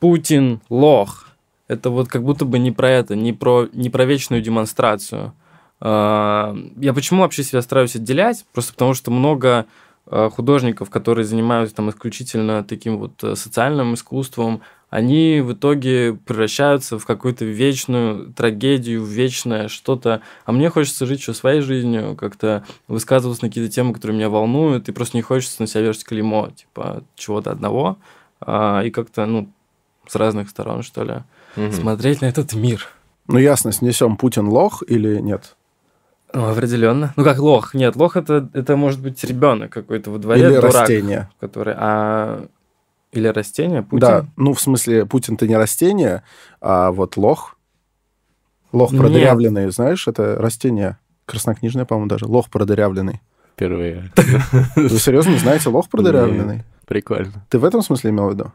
Путин лох. Это вот как будто бы не про это, не про вечную демонстрацию. Я почему вообще себя стараюсь отделять? Просто потому что много художников, которые занимаются там исключительно таким вот социальным искусством, они в итоге превращаются в какую-то вечную трагедию, в вечное что-то. А мне хочется жить еще своей жизнью, как-то высказываться на какие-то темы, которые меня волнуют, и просто не хочется на себя вешать клеймо, типа, чего-то одного, и как-то, с разных сторон, что ли, смотреть на этот мир. Ну, ясно, снесем Путин лох или нет? Определенно. Как лох? Нет, лох это может быть ребенок какой-то во дворе, или дурак, растение. Который... Или растение? Путин? Да, в смысле, Путин-то не растение, а вот лох. Лох продырявленный, знаешь, это растение краснокнижное, по-моему, даже. Лох продырявленный. Впервые. Вы серьезно не знаете лох продырявленный? Нет, прикольно. Ты в этом смысле имел в виду?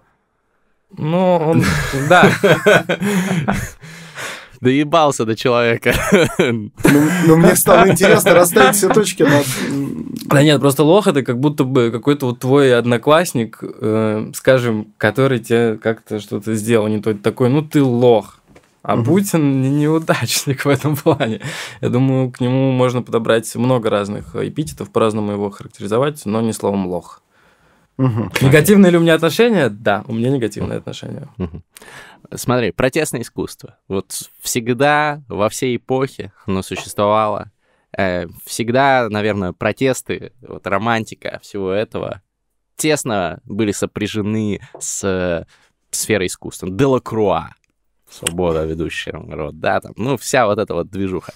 Да. Доебался до человека. Мне стало интересно расставить все точки над... Да нет, просто лох это как будто бы какой-то вот твой одноклассник, скажем, который тебе как-то что-то сделал не то, такой, ты лох. А Путин неудачник в этом плане. Я думаю, к нему можно подобрать много разных эпитетов, по-разному его характеризовать, но не словом лох. Негативные ли у меня отношения? Да, у меня негативные отношения. Смотри, протестное искусство. Вот всегда, во всей эпохе оно существовало. Всегда, наверное, протесты, вот романтика всего этого тесно были сопряжены с сферой искусства. Делакруа, свобода, ведущий род, да, там, вся вот эта вот движуха.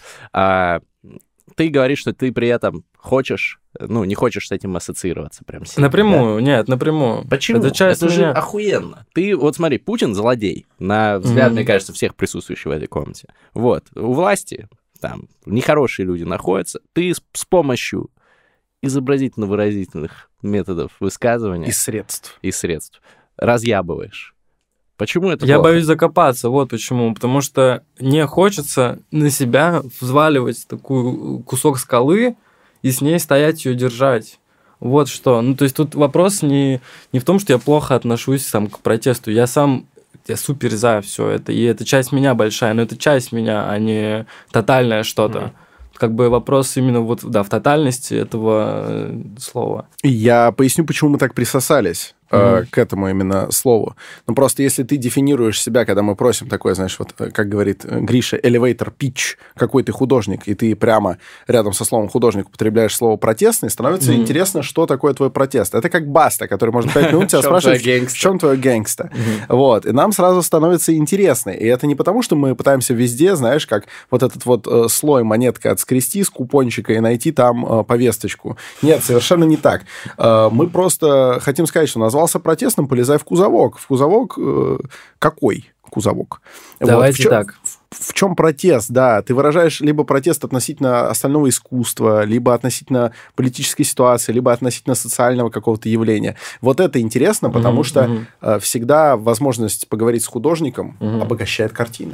Ты говоришь, что ты при этом хочешь, не хочешь с этим ассоциироваться прям сильно. Напрямую, да? Нет, напрямую. Почему? Это же охуенно. Ты, вот смотри, Путин злодей, на взгляд, мне кажется, всех присутствующих в этой комнате. Вот, у власти там нехорошие люди находятся, ты с помощью изобразительно-выразительных методов высказывания и средств разъябываешь. Почему это Я плохо? боюсь закопаться, вот почему. Потому что не хочется на себя взваливать такой кусок скалы и с ней стоять ее держать. Вот что. То есть тут вопрос не в том, что я плохо отношусь к протесту. Я супер за все это. И это часть меня большая, но это часть меня, а не тотальное что-то. Как бы вопрос именно в тотальности этого слова. Я поясню, почему мы так присосались к этому именно слову. Просто если ты дефинируешь себя, когда мы просим такое, знаешь, вот как говорит Гриша, elevator pitch, какой ты художник, и ты прямо рядом со словом художник употребляешь слово протестный, становится интересно, что такое твой протест. Это как Баста, который может 5 минут тебя спрашивать, в чем твое гэнгста. Вот. И нам сразу становится интересно. И это не потому, что мы пытаемся везде, знаешь, как вот этот вот слой монетка отскрести с купончика и найти там повесточку. Нет, совершенно не так. Мы просто хотим сказать, что назвался протестным, полезай в кузовок. В кузовок какой кузовок? Давайте так. В чем протест, да? Ты выражаешь либо протест относительно остального искусства, либо относительно политической ситуации, либо относительно социального какого-то явления. Вот это интересно, потому что всегда возможность поговорить с художником обогащает картины.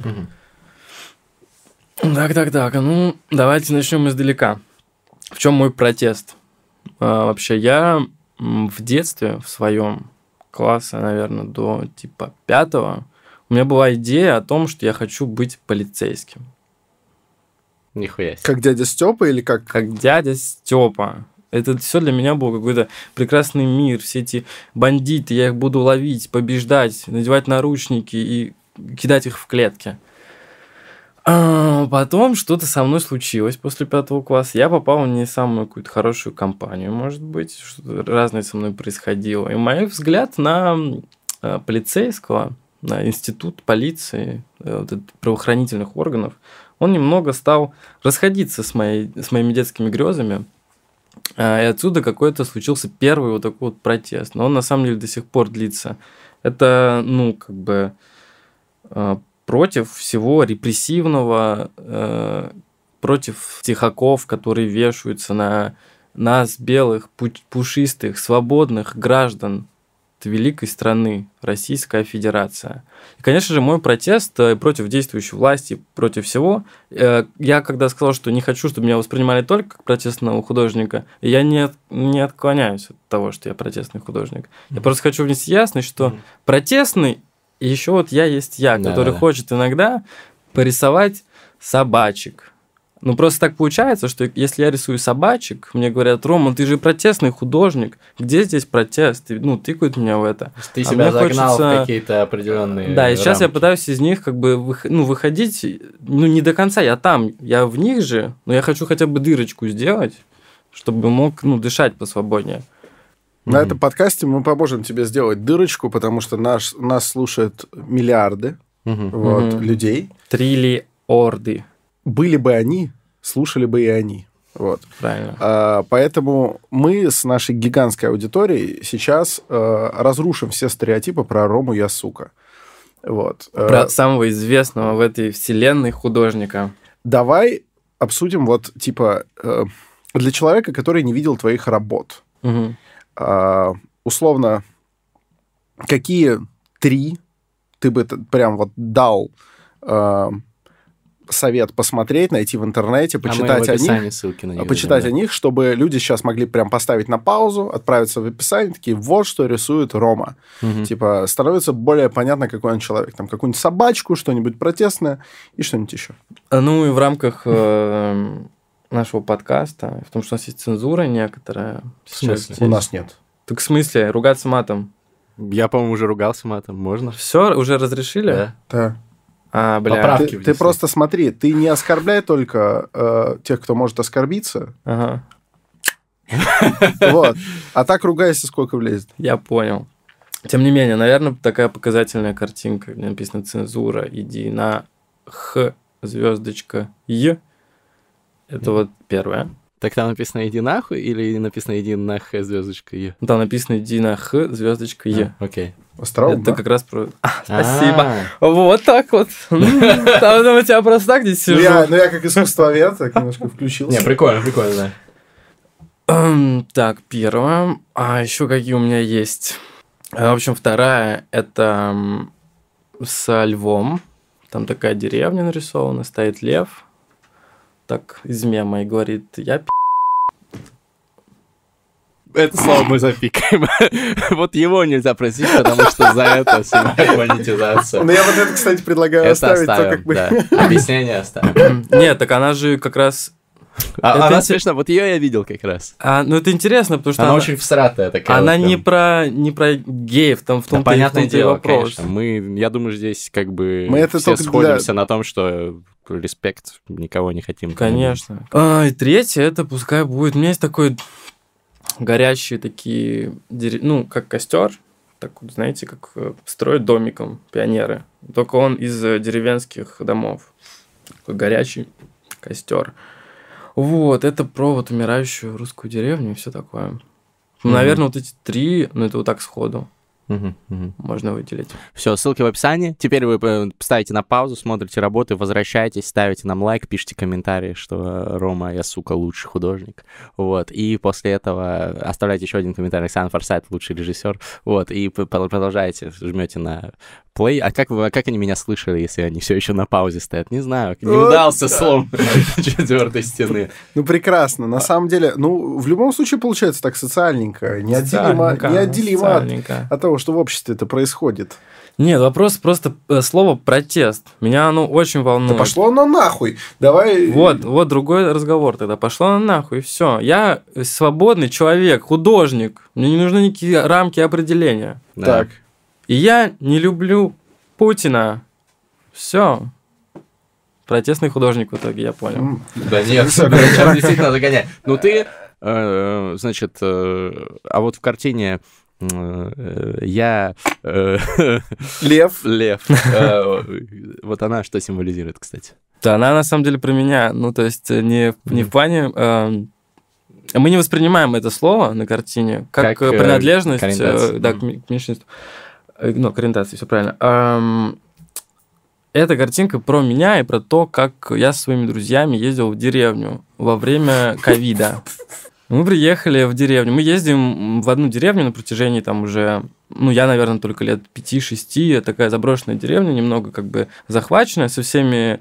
Так. Давайте начнем издалека. В чем мой протест? Вообще, я в детстве, в своем классе, наверное, до 5-го, у меня была идея о том, что я хочу быть полицейским. Нихуя себе. Как дядя Степа или как? Как дядя Степа. Это все для меня был какой-то прекрасный мир. Все эти бандиты, я их буду ловить, побеждать, надевать наручники и кидать их в клетки. Потом что-то со мной случилось после 5 класса. Я попал в не самую какую-то хорошую компанию, может быть. Что-то разное со мной происходило. И мой взгляд на полицейского, на институт полиции, правоохранительных органов, он немного стал расходиться с моими детскими грезами. И отсюда какой-то случился первый вот такой вот протест. Но он на самом деле до сих пор длится. Это, против всего репрессивного, против тихаков, которые вешаются на нас, белых, пушистых, свободных граждан великой страны, Российская Федерация. И, конечно же, мой протест против действующей власти, против всего. Я когда сказал, что не хочу, чтобы меня воспринимали только как протестного художника, я не отклоняюсь от того, что я протестный художник. Я просто хочу внести ясность, что протестный И еще вот есть я, который хочет иногда порисовать собачек. Ну, просто так получается, что если я рисую собачек, мне говорят: Рома, ты же протестный художник, где здесь протест? Тыкают меня в это. Ты себя загнал в какие-то определенные Да, и сейчас рамки. я пытаюсь из них выходить, не до конца, я в них же, но я хочу хотя бы дырочку сделать, чтобы мог, дышать посвободнее. На этом подкасте мы поможем тебе сделать дырочку, потому что нас слушают миллиарды людей. Триллиорды. Были бы они, слушали бы и они. Вот. Правильно. Поэтому мы с нашей гигантской аудиторией сейчас разрушим все стереотипы про Рому Ясука. Вот. Про самого известного в этой вселенной художника. Давай обсудим для человека, который не видел твоих работ. Условно, какие 3 ты бы прям дал совет посмотреть, найти в интернете, почитать о них, чтобы люди сейчас могли прям поставить на паузу, отправиться в описание, такие: вот что рисует Рома. Становится более понятно, какой он человек. Там какую-нибудь собачку, что-нибудь протестное и что-нибудь еще. И в рамках нашего подкаста, в том, что у нас есть цензура некоторая. В смысле? У нас нет. Так в смысле? Ругаться матом? Я, по-моему, уже ругался матом. Можно? Все, уже разрешили? Да. Поправки ты просто смотри, ты не оскорбляй только тех, кто может оскорбиться. Ага. Вот. А так ругайся, сколько влезет. Я понял. Тем не менее, наверное, такая показательная картинка, где написано «цензура», иди на Х, звездочка, Е. Это вот первое. Так там написано «иди нахуй» или написано «иди на Х, звездочка, Е»? Там написано «иди на Х, звездочка, Е». Окей. Остроумно. Это как раз про... Спасибо. Вот так вот. Там у тебя просто так здесь сижу. Я как искусствовед так немножко включился. Не, прикольно, да. Так, первое. А еще какие у меня есть? В общем, вторая — это со львом. Там такая деревня нарисована, стоит лев. Так, из мема, и говорит: я Это слово мы запикаем. Вот его нельзя просить, потому что за это снимают монетизацию. Ну, я вот это, кстати, предлагаю оставить. Это оставим, да. Объяснение оставим. Нет, так она же как раз... Она смешно, вот ее я видел как раз. Это интересно, потому что она очень всратая такая. Она не про геев, там в том-то понятное дело, вопрос. Конечно. Я думаю, здесь как бы мы это все сходимся на том, что респект, никого не хотим. Конечно. И третье, это пускай будет... У меня есть такой горящие такие, как костер, так вот, знаете, как строят домиком пионеры. Только он из деревенских домов. Такой горячий костер. Вот, это про умирающую русскую деревню и все такое. Наверное, вот эти 3, это вот так сходу. Можно выделить. Все, ссылки в описании. Теперь вы ставите на паузу, смотрите работы, возвращайтесь, ставите нам лайк, пишите комментарии, что Рома Ясука лучший художник. Вот. И после этого оставляйте еще один комментарий: Александр Форсайт лучший режиссер. Вот. И продолжайте, жмете на play. А как они меня слышали, если они все еще на паузе стоят? Не знаю. Не удался слом 4-й стены. Прекрасно. На самом деле, в любом случае получается так социальненько, неотделимо от того, что в обществе это происходит. Нет, вопрос просто слово «протест». Меня оно очень волнует. Да пошло оно нахуй. Давай... Вот другой разговор тогда. Пошло оно нахуй, и все. Я свободный человек, художник. Мне не нужны никакие рамки определения. Да. Так. И я не люблю Путина. Все. Протестный художник в итоге, я понял. Да нет, сейчас действительно загоняй. Ты, значит, а вот в картине... Я... Лев. Вот она что символизирует, кстати? Да, она на самом деле про меня. То есть не в плане... Мы не воспринимаем это слово на картине как принадлежность к меньшинству. К ориентации, все правильно. Эта картинка про меня и про то, как я со своими друзьями ездил в деревню во время ковида. Мы приехали в деревню. Мы ездим в одну деревню на протяжении там уже... я, наверное, только лет 5-6. Такая заброшенная деревня, немного как бы захваченная, со всеми...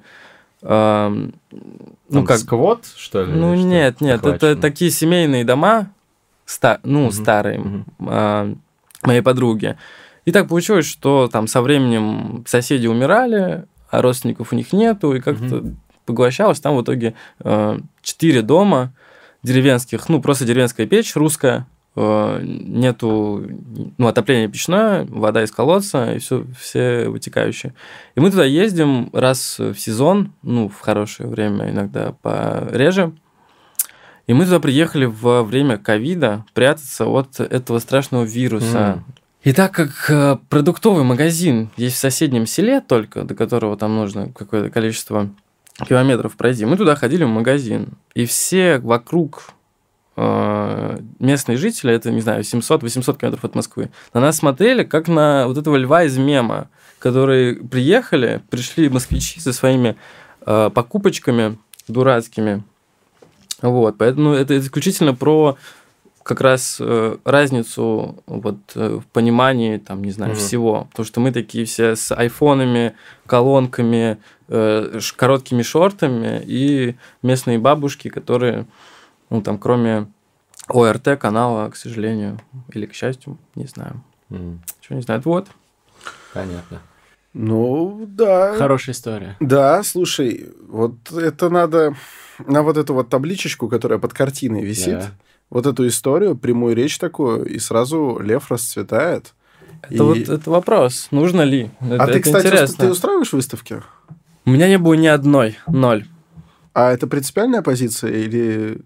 сквот, что ли? Нет. Это такие семейные дома, старые, моей подруги. И так получилось, что там со временем соседи умирали, а родственников у них нету, и как-то поглощалось. Там в итоге 4 дома деревенских, ну, просто деревенская печь русская, нету, ну, отопление печное, вода из колодца и все вытекающие. И мы туда ездим раз в сезон, ну, в хорошее время, иногда пореже. И мы туда приехали во время ковида прятаться от этого страшного вируса. И так как продуктовый магазин есть в соседнем селе только, до которого там нужно какое-то количество километров пройти, мы туда ходили в магазин. И все вокруг местные жители, это, не знаю, 700-800 километров от Москвы, на нас смотрели, как на вот этого льва из мема, которые пришли москвичи со своими покупочками дурацкими. Вот, поэтому это исключительно про как раз разницу вот, в понимании, там, не знаю, всего. Потому что мы такие все с айфонами, колонками, короткими шортами и местные бабушки, которые... Ну, там, кроме ОРТ канала, к сожалению, или к счастью, не знаю. Чего не знаю. Вот. Понятно. Ну, да. Хорошая история. Да, слушай, вот это надо на вот эту вот табличечку, которая под картиной висит, вот эту историю, прямую речь такую, и сразу лев расцветает. Это вопрос, нужно ли. Ты, кстати, интересно. Ты устраиваешь выставки? У меня не было ни одной, 0. А это принципиальная позиция или...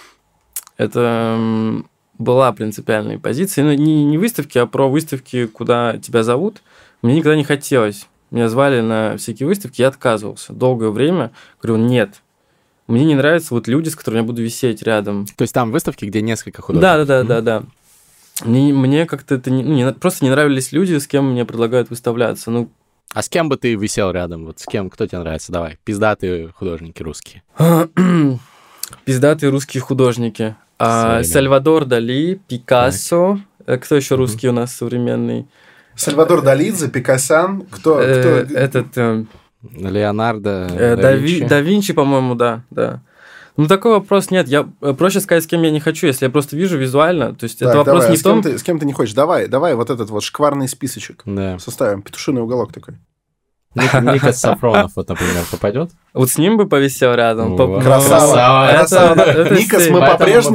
Это была принципиальная позиция. Ну, не выставки, а про выставки, куда тебя зовут. Мне никогда не хотелось. Меня звали на всякие выставки, я отказывался. Долгое время говорю, нет. Мне не нравятся вот люди, с которыми я буду висеть рядом. То есть там выставки, где несколько художников? Да. Мне как-то это просто не нравились люди, с кем мне предлагают выставляться. Ну, а с кем бы ты висел рядом? Вот с кем? Кто тебе нравится? Давай. Пиздатые художники русские. Пиздатые русские художники. Сальвадор Дали, Пикассо. Так. Кто еще русский у нас современный? Сальвадор Далидзе, Пикассян. Кто? Леонардо да Винчи, по-моему, да. Ну, такой вопрос нет. Я проще сказать, с кем я не хочу, если я просто вижу визуально. То есть, так, это вопрос не в том... С кем ты не хочешь? Давай вот этот вот шкварный списочек составим. Петушиный уголок такой. Никас Сафронов, вот, например, попадет? Вот с ним бы повисел рядом. Красава. Никас мы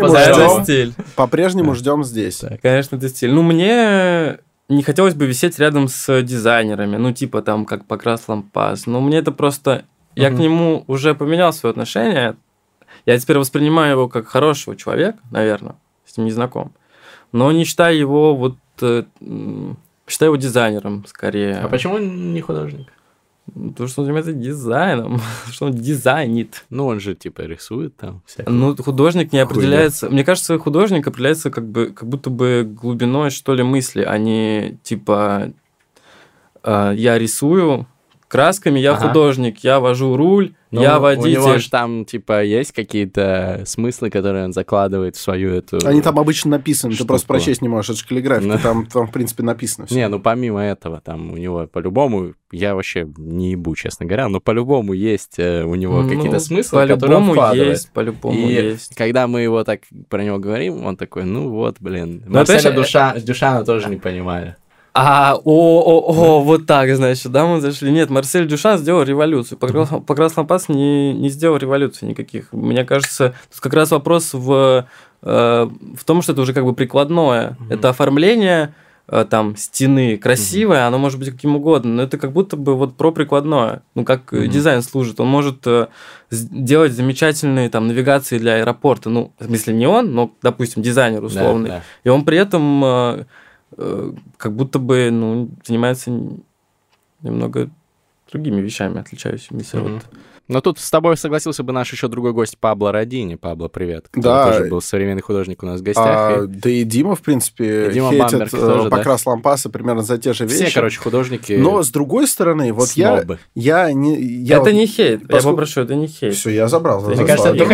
по-прежнему ждем здесь. Конечно, это стиль. Ну, мне не хотелось бы висеть рядом с дизайнерами. Ну, типа там, как Покрас Лампас. Но мне это просто... Я к нему уже поменял свое отношение. Я теперь воспринимаю его как хорошего человека, наверное, с ним не знаком. Но не считаю его считаю его дизайнером скорее. А почему не художник? Потому что он занимается дизайном, что он дизайнит. Ну, он же, типа, рисует там всякое. Ну, художник не определяется... Мне кажется, художник определяется как будто бы глубиной, что ли, мысли, а не, типа, я рисую красками, я художник, я вожу руль, я водитель. У него же там, типа, есть какие-то смыслы, которые он закладывает в свою эту... Они там обычно написаны, ты просто прочесть не можешь, это же каллиграфия, там, в принципе, написано все. Не, ну, помимо этого, там у него по-любому, я вообще не ебу, честно говоря, но по-любому есть у него какие-то смыслы, которые он вкладывает. По-любому есть. Когда мы его так про него говорим, он такой, ну вот, блин. Марселя Дюшана тоже не понимали. Вот так, значит, да, мы зашли. Нет, Марсель Дюшан сделал революцию. Покрас Лампас не сделал революции никаких. Мне кажется, тут как раз вопрос в том, что это уже как бы прикладное. Это оформление там стены красивое, оно может быть каким угодно, но это как будто бы вот про прикладное. Ну, как дизайн служит. Он может делать замечательные там навигации для аэропорта. Ну, в смысле, не он, но, допустим, дизайнер условный. Да. И он при этом... как будто бы занимается немного другими вещами, отличающимися от... Но тут с тобой согласился бы наш еще другой гость Пабло Родини. Пабло, привет. Да. Тоже был современный художник у нас в гостях. Да и Дима, в принципе, хейтит Покрас Лампаса примерно за те же вещи. Все, короче, художники. Но, с другой стороны, вот снобы. Это не хейт. Я попрошу, это не хейт. Все, я забрал. Мне кажется, это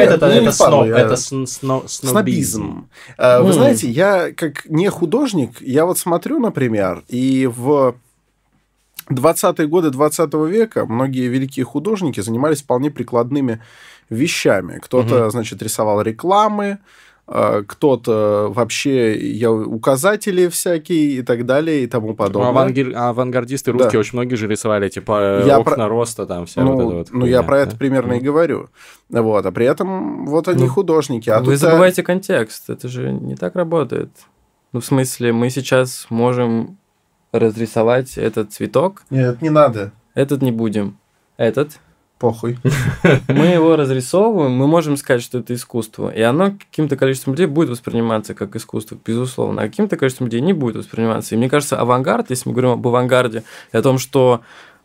снобизм. Вы знаете, я как не художник, я вот смотрю, например, и в 20-е годы 20 века многие великие художники занимались вполне прикладными вещами. Кто-то, значит, рисовал рекламы, кто-то вообще указатели всякие и так далее и тому подобное. Авангардисты русские очень многие же рисовали, типа, окна роста, там, вся вот эта вот хуйня. Я про это примерно и говорю. Вот, а при этом вот они художники. А вы забываете контекст, это же не так работает. Ну, в смысле, мы сейчас можем разрисовать этот цветок. Нет, не надо. Этот не будем. Этот. Похуй. Мы его разрисовываем, мы можем сказать, что это искусство. И оно каким-то количеством людей будет восприниматься как искусство, безусловно. А каким-то количеством людей не будет восприниматься. И мне кажется, авангард, если мы говорим об авангарде, и о том, что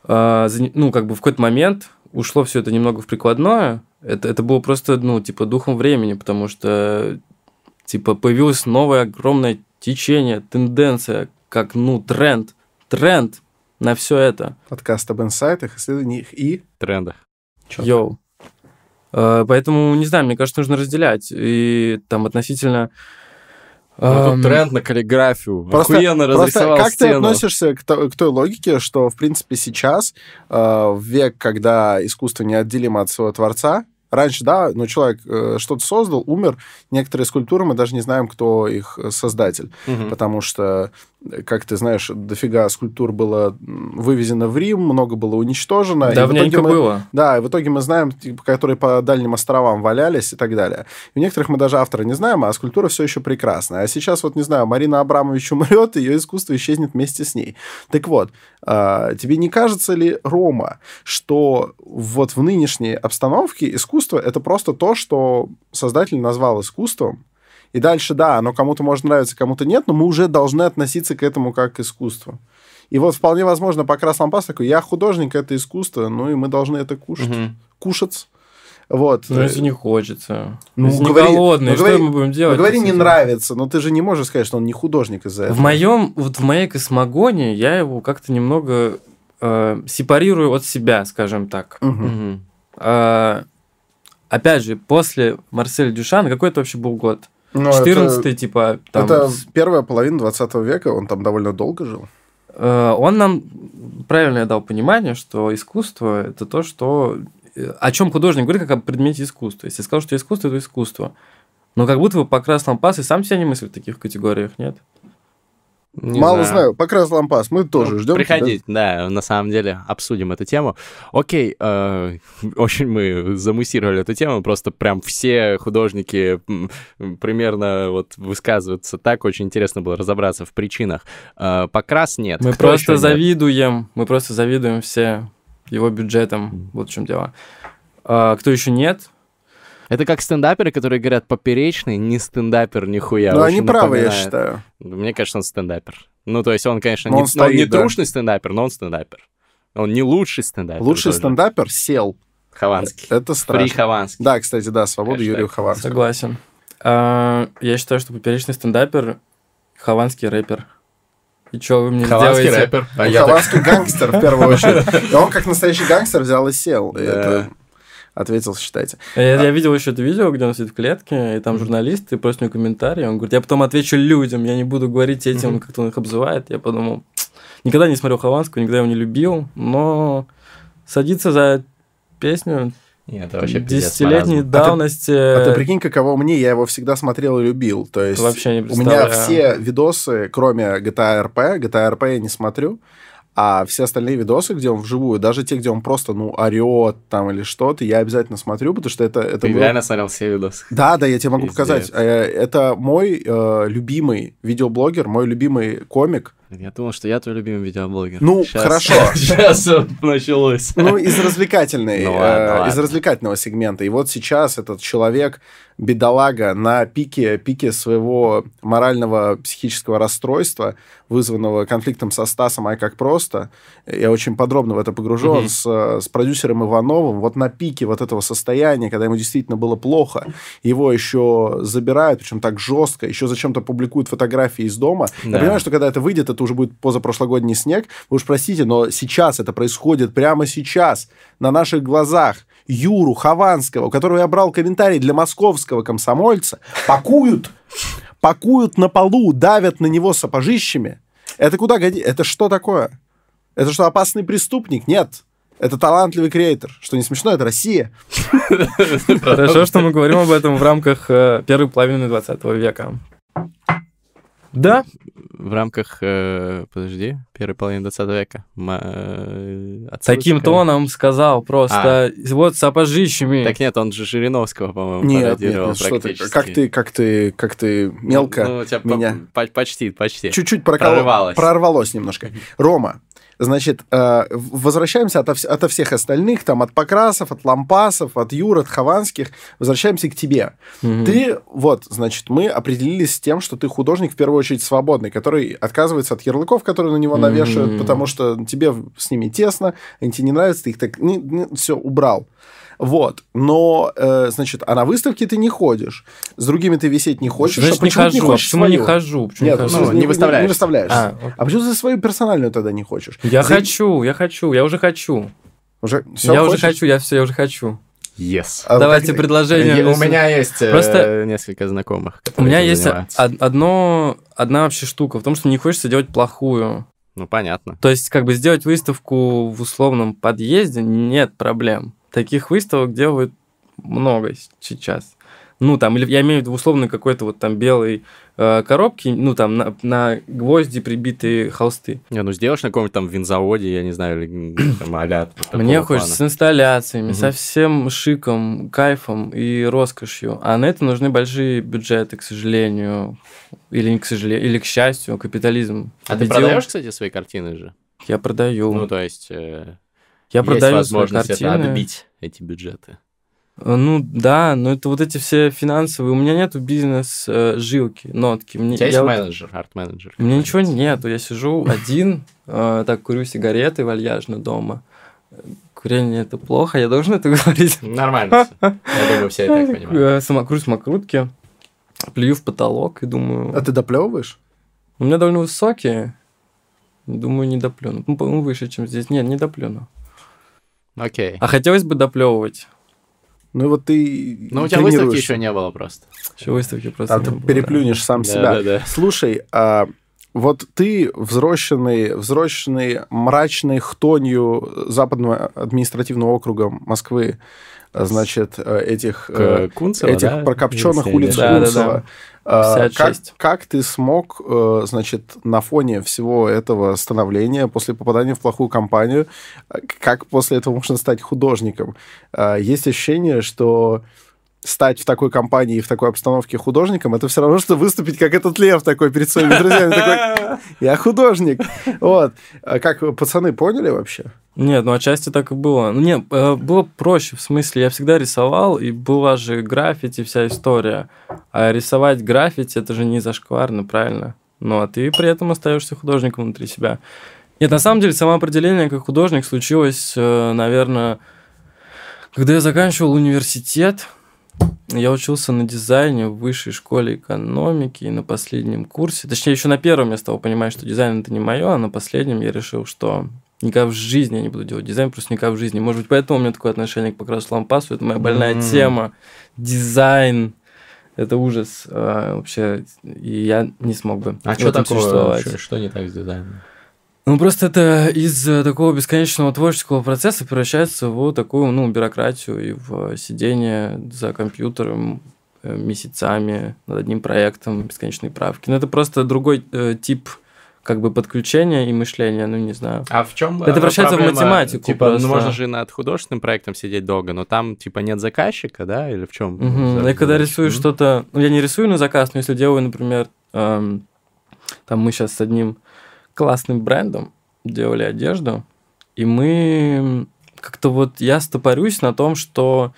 ну, как бы в какой-то момент ушло все это немного в прикладное, это было просто, ну, типа, духом времени, потому что, типа, появилось новое огромное течение, тенденция, как, ну, тренд на все это. Подкаст об инсайтах, исследованиях и трендах. Йоу. Поэтому, не знаю, мне кажется, нужно разделять. И там относительно... Тут тренд на каллиграфию. Охуенно разрисовал как стену. Ты относишься к той логике, что, в принципе, сейчас, в век, когда искусство неотделимо от своего творца, раньше, да, но человек что-то создал, умер, некоторые скульптуры мы даже не знаем, кто их создатель, потому что, как ты знаешь, дофига скульптур было вывезено в Рим, много было уничтожено. Давненько было. Да, и в итоге мы знаем, которые по дальним островам валялись и так далее. И в некоторых мы даже автора не знаем, а скульптура все еще прекрасная. А сейчас, вот, не знаю, Марина Абрамович умрет, ее искусство исчезнет вместе с ней. Так вот, тебе не кажется ли, Рома, что вот в нынешней обстановке искусство — это просто то, что создатель назвал искусством, и дальше, да, оно кому-то может нравиться, кому-то нет, но мы уже должны относиться к этому как к искусству. И вот вполне возможно, Покрас Лампас такой: я художник, это искусство, ну и мы должны это кушать. Кушать. Вот. Ну, если не хочется. Ну, если не голодный, что мы будем делать? Говори, не нравится, но ты же не можешь сказать, что он не художник из-за этого. В моей космогонии я его как-то немного сепарирую от себя, скажем так. Опять же, после Марселя Дюшана, какой это вообще был год? 14-й, типа... Там... Это первая половина 20 века, он там довольно долго жил. Он нам правильно дал понимание, что искусство — это то, что... О чем художник говорит, как о предмете искусства. Если я сказал, что искусство — это искусство. Но как будто бы Покрас Лампас и сам себя не мыслит в таких категориях, нет? Мало знаю. Покрас Лампас, мы тоже ждем. Приходите, да, на самом деле обсудим эту тему. Окей, очень мы замуссировали эту тему, просто прям все художники примерно вот высказываются так, очень интересно было разобраться в причинах. Покрас нет. Мы просто завидуем все его бюджетом, вот в чем дело. Кто еще нет? Это как стендаперы, которые говорят поперечный, не стендапер нихуя. Ну, они правы, я считаю. Мне кажется, он стендапер. Ну, то есть он, конечно, не трушный стендапер, но он стендапер. Он не лучший стендапер. Лучший стендапер сел. Хованский. Это страшно. Фри Хованский. Да, кстати, да, свободу Юрию Хованскому. Согласен. Я считаю, что поперечный стендапер — Хованский рэпер. И что вы мне Хованский сделаете? рэпер. Хованский гангстер, в первую очередь. И он, как настоящий гангстер, взял и сел. Ответил, считайте. Я видел еще это видео, где он сидит в клетке, и там журналисты просят у него комментарии. Он говорит: я потом отвечу людям, я не буду говорить этим, как он их обзывает. Я подумал, никогда не смотрел Хованского, никогда его не любил, но садиться за песню десятилетней давности... А ты прикинь, каково мне, я его всегда смотрел и любил. То есть вообще не у меня все видосы, кроме GTA RP я не смотрю, а все остальные видосы, где он вживую, даже те, где он просто, орет там или что-то, я обязательно смотрю, потому что это Ты реально смотрел все видосы? Да, я тебе могу показать. Это мой любимый видеоблогер, мой любимый комик. Я думал, что я твой любимый видеоблогер. Хорошо. Сейчас началось. Из развлекательного сегмента. И вот сейчас этот человек, бедолага, на пике своего морального психического расстройства, вызванного конфликтом со Стасом «Ай, как просто». Я очень подробно в это погружен с продюсером Ивановым. Вот на пике вот этого состояния, когда ему действительно было плохо, его еще забирают, причем так жестко, еще зачем-то публикуют фотографии из дома. Да. Я понимаю, что когда это выйдет, это уже будет позапрошлогодний снег. Вы уж простите, но сейчас это происходит, прямо сейчас, на наших глазах. Юру Хованского, у которого я брал комментарий для московского комсомольца, пакуют на полу, давят на него сапожищами. Это куда годится? Это что такое? Это что, опасный преступник? Нет. Это талантливый креатор. Что не смешно, это Россия. Хорошо, что мы говорим об этом в рамках первой половины 20 века. Да. В рамках, первой половины 20 века. Таким тоном сказал просто. Вот сапожищами. Так нет, он же Жириновского, по-моему, пародировал практически. Как ты мелко меня... Почти. Чуть-чуть прорвалось немножко. Рома, значит, возвращаемся ото всех остальных, там, от Покрасов, от Лампасов, от Юр, от Хованских, возвращаемся к тебе. Ты, значит, мы определились с тем, что ты художник, в первую очередь, свободный, который отказывается от ярлыков, которые на него навешивают, потому что тебе с ними тесно, они тебе не нравятся, ты их так все убрал. Но, значит, а на выставке ты не ходишь. С другими ты висеть не хочешь. Значит, не хожу. Почему не хожу? Нет, не выставляешься. А почему ты свою персональную тогда не хочешь? Я уже хочу. Уже хочу. Yes. Давайте предложение. У меня есть несколько знакомых. У меня есть одна вообще штука в том, что не хочется делать плохую. Ну, понятно. То есть, как бы сделать выставку в условном подъезде нет проблем. Таких выставок делают много сейчас. Или я имею в виду условно какой-то вот там белой коробки, на гвозди прибитые холсты. Сделаешь на каком-нибудь там винзаводе, я не знаю, или там а-ля. Мне хочется с инсталляциями, со всем шиком, кайфом и роскошью. А на это нужны большие бюджеты, к сожалению. Или не к сожалению, или к счастью, капитализм. А ты продаешь, кстати, свои картины же? Я продаю. То есть... Я продаю возможность свои картины. отбить эти бюджеты. Да, но это вот эти все финансовые. У меня нету бизнес-жилки, нотки. У тебя есть менеджер, арт-менеджер? У меня ничего нету. Я сижу один, так курю сигареты вальяжно дома. Курение – это плохо, я должен это говорить? Нормально. Я думаю, все и так понимают. Курю самокрутки, плюю в потолок и думаю... А ты доплевываешь? У меня довольно высокие. Думаю, не доплюну. Выше, чем здесь. Нет, не доплюну. Окей. А хотелось бы доплевывать. Ты у тебя выставки еще не было просто. Еще выставки просто ты переплюнешь сам себя. Да. Слушай, ты взросшенный мрачной хтонью Западного административного округа Москвы, значит, этих прокопченных улиц Кунцево. Как ты смог, значит, на фоне всего этого становления, после попадания в плохую компанию, как после этого можно стать художником? Есть ощущение, что стать в такой компании и в такой обстановке художником, это все равно, что выступить как этот лев такой перед своими друзьями. Такой, я художник. Как пацаны поняли вообще? Нет, отчасти так и было. Было проще, в смысле, я всегда рисовал, и была же граффити, вся история. А рисовать граффити, это же не зашкварно, правильно? А ты при этом остаешься художником внутри себя. Нет, на самом деле, самоопределение как художник случилось, наверное, когда я заканчивал университет. Я учился на дизайне в высшей школе экономики и на последнем курсе. Точнее, еще на первом я стал понимать, что дизайн – это не мое, а на последнем я решил, что никогда в жизни я не буду делать дизайн, просто никогда в жизни. Может быть, поэтому у меня такое отношение к Покрасу Лампасу. Это моя больная тема. Дизайн – это ужас вообще, и я не смог бы в этом существовать. Что не так с дизайном? Просто это из такого бесконечного творческого процесса превращается в такую, бюрократию и в сидение за компьютером месяцами над одним проектом, бесконечные правки. Это просто другой тип подключения и мышления, не знаю. А в чем это превращается в математику. Можно же над художественным проектом сидеть долго, но там, нет заказчика, да, или в чем? Я когда рисую что-то... я не рисую на заказ, но если делаю, например, там мы сейчас с одним классным брендом делали одежду, и мы как-то я стопорюсь на том, что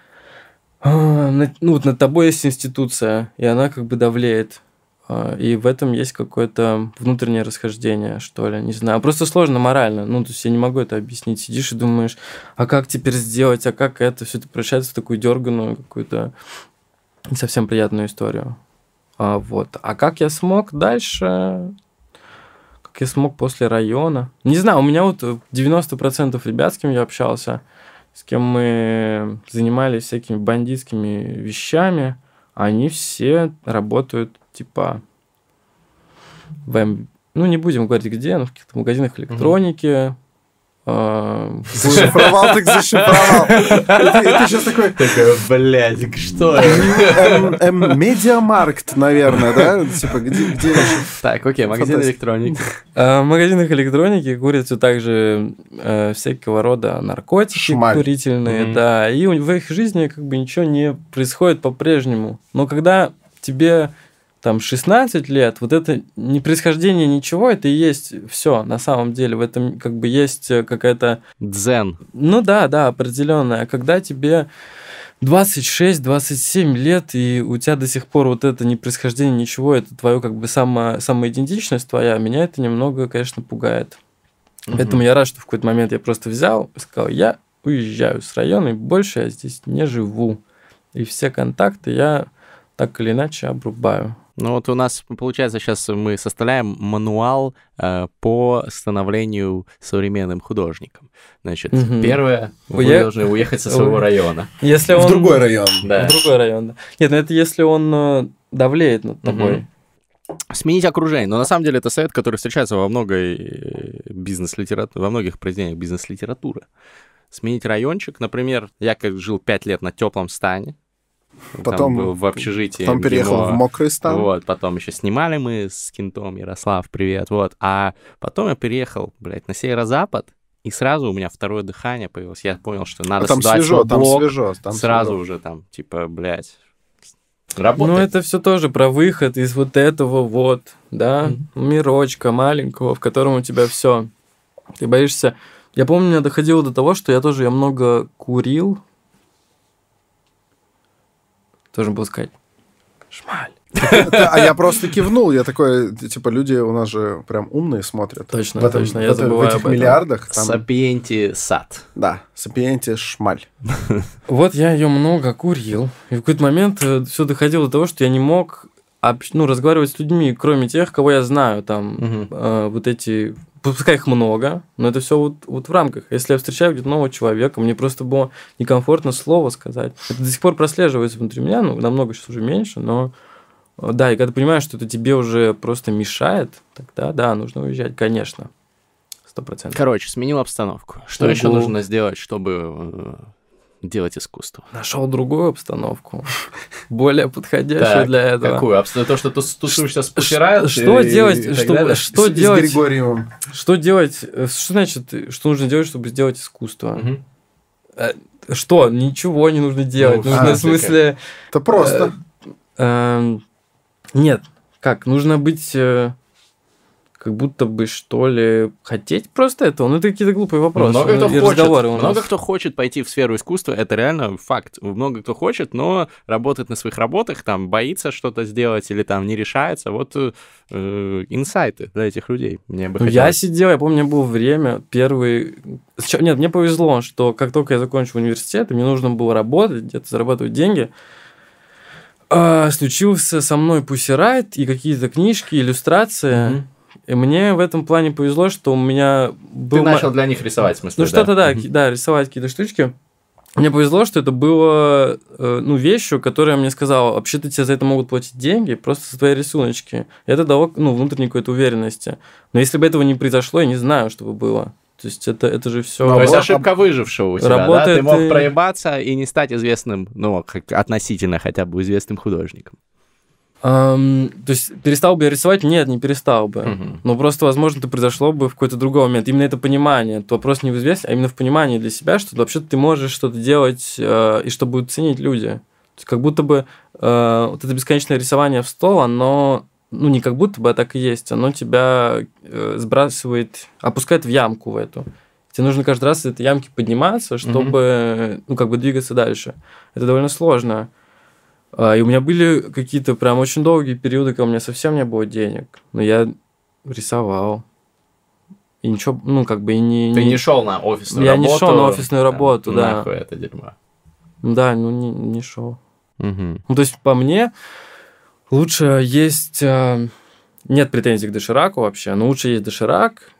над тобой есть институция, и она давлеет, и в этом есть какое-то внутреннее расхождение, что ли, не знаю, просто сложно морально, то есть я не могу это объяснить, сидишь и думаешь, а как теперь сделать, а как это, все это превращается в такую дерганую какую-то не совсем приятную историю, А как я смог дальше... я смог после района. Не знаю, у меня 90% ребят, с кем я общался, с кем мы занимались всякими бандитскими вещами, они все работают не будем говорить где, но в каких-то магазинах электроники, Зашифровал, так зашифровал. И ты сейчас такой... Блядь, что? Медиамаркт, наверное, да? Типа, где... Так, окей, магазин электроники. В магазинах электроники курят все так же всякого рода наркотики Шмаль. курительные, да, и в их жизни как бы ничего не происходит по-прежнему. Но когда тебе там 16 лет, вот это не происхождение ничего, это и есть все на самом деле. В этом как бы есть какая-то... Дзен. Ну да, определенная. Когда тебе 26-27 лет, и у тебя до сих пор вот это не происхождение ничего, это твое как бы самоидентичность твоя, меня это немного, конечно, пугает. Поэтому я рад, что в какой-то момент я просто взял и сказал, я уезжаю с района, и больше я здесь не живу. И все контакты я так или иначе обрубаю. Ну вот у нас, получается, сейчас мы составляем мануал по становлению современным художником. Значит, первое, вы должны уехать со своего района. Если в другой район. Да. В другой район, да. Нет, ну это если он давлеет над тобой. Сменить окружение. Но на самом деле это совет, который встречается во многих произведениях бизнес-литературы. Сменить райончик. Например, я как жил 5 лет на теплом стане, Потом был в общежитии. Потом переехал в мокрый стан. Вот, потом еще снимали мы с Кентом, Ярослав, привет, вот. А потом я переехал, на северо-запад, и сразу у меня второе дыхание появилось. Я понял, что надо там создать свежо, свой блог. Там сразу свежо. уже там, работает. Ну, это все тоже про выход из вот этого вот, да, мирочка маленького, в котором у тебя все. Ты боишься... Я помню, у меня доходило до того, что я много курил. Должен был сказать шмаль. А я просто кивнул, я такой, типа, люди у нас же прям умные смотрят. Точно, я забываю в этих об этом. миллиардах. Сапиенти сад. Да, сапиенти шмаль. Вот я ее много курил, и в какой-то момент все доходило до того, что я не мог разговаривать с людьми, кроме тех, кого я знаю, там, вот эти... Пускай их много, но это все вот в рамках. Если я встречаю где-то нового человека, мне просто было некомфортно слово сказать. Это до сих пор прослеживается внутри меня, намного сейчас уже меньше, но да, и когда ты понимаешь, что это тебе уже просто мешает, тогда да, нужно уезжать, конечно, 100%. Короче, сменил обстановку. Что еще нужно сделать, чтобы делать искусство? Нашел другую обстановку, более подходящую для этого. Какую? То, что ты тусуешься с Пушерай? Что делать? Что делать? С Григориевым. Что делать? Что значит, что нужно делать, чтобы сделать искусство? Что? Ничего не нужно делать. Нужно, в смысле... Это просто. Нет. Как? Нужно быть... как будто бы, что ли, хотеть просто этого? Ну, это какие-то глупые вопросы. Много кто хочет пойти в сферу искусства, это реально факт. Много кто хочет, но работает на своих работах, там, боится что-то сделать или там не решается. Вот инсайты для этих людей. Мне бы хотелось. Я сидел, я помню, у меня было время, Нет, мне повезло, что как только я закончил университет, и мне нужно было работать, где-то зарабатывать деньги, случился со мной Pussy Riot и какие-то книжки, иллюстрации. И мне в этом плане повезло, что у меня был... Ты начал для них рисовать, в смысле, что-то, да, рисовать какие-то штучки. Мне повезло, что это было вещью, которая мне сказала, вообще-то тебе за это могут платить деньги, просто за твои рисуночки. И это дало внутренней какой-то уверенности. Но если бы этого не произошло, я не знаю, что бы было. То есть это же все. То есть ошибка выжившего у тебя, да? Ты мог проебаться и не стать известным, относительно хотя бы известным художником. То есть перестал бы я рисовать? Нет, не перестал бы. Но просто, возможно, это произошло бы в какой-то другой момент. Именно это понимание. Это вопрос не в известности, а именно в понимании для себя, что вообще-то ты можешь что-то делать, и что будут ценить люди. То есть как будто бы вот это бесконечное рисование в стол, оно, не как будто бы, а так и есть, оно тебя сбрасывает, опускает в ямку в эту. Тебе нужно каждый раз из этой ямки подниматься, чтобы, двигаться дальше. Это довольно сложно. И у меня были какие-то прям очень долгие периоды, когда у меня совсем не было денег. Но я рисовал. И ничего, и не... Ты не шел на офисную работу? Я не шел на офисную работу, да. Нахуй это дерьмо. Да, не шел. То есть, по мне, лучше есть... Нет претензий к дошираку вообще, но лучше есть доширак,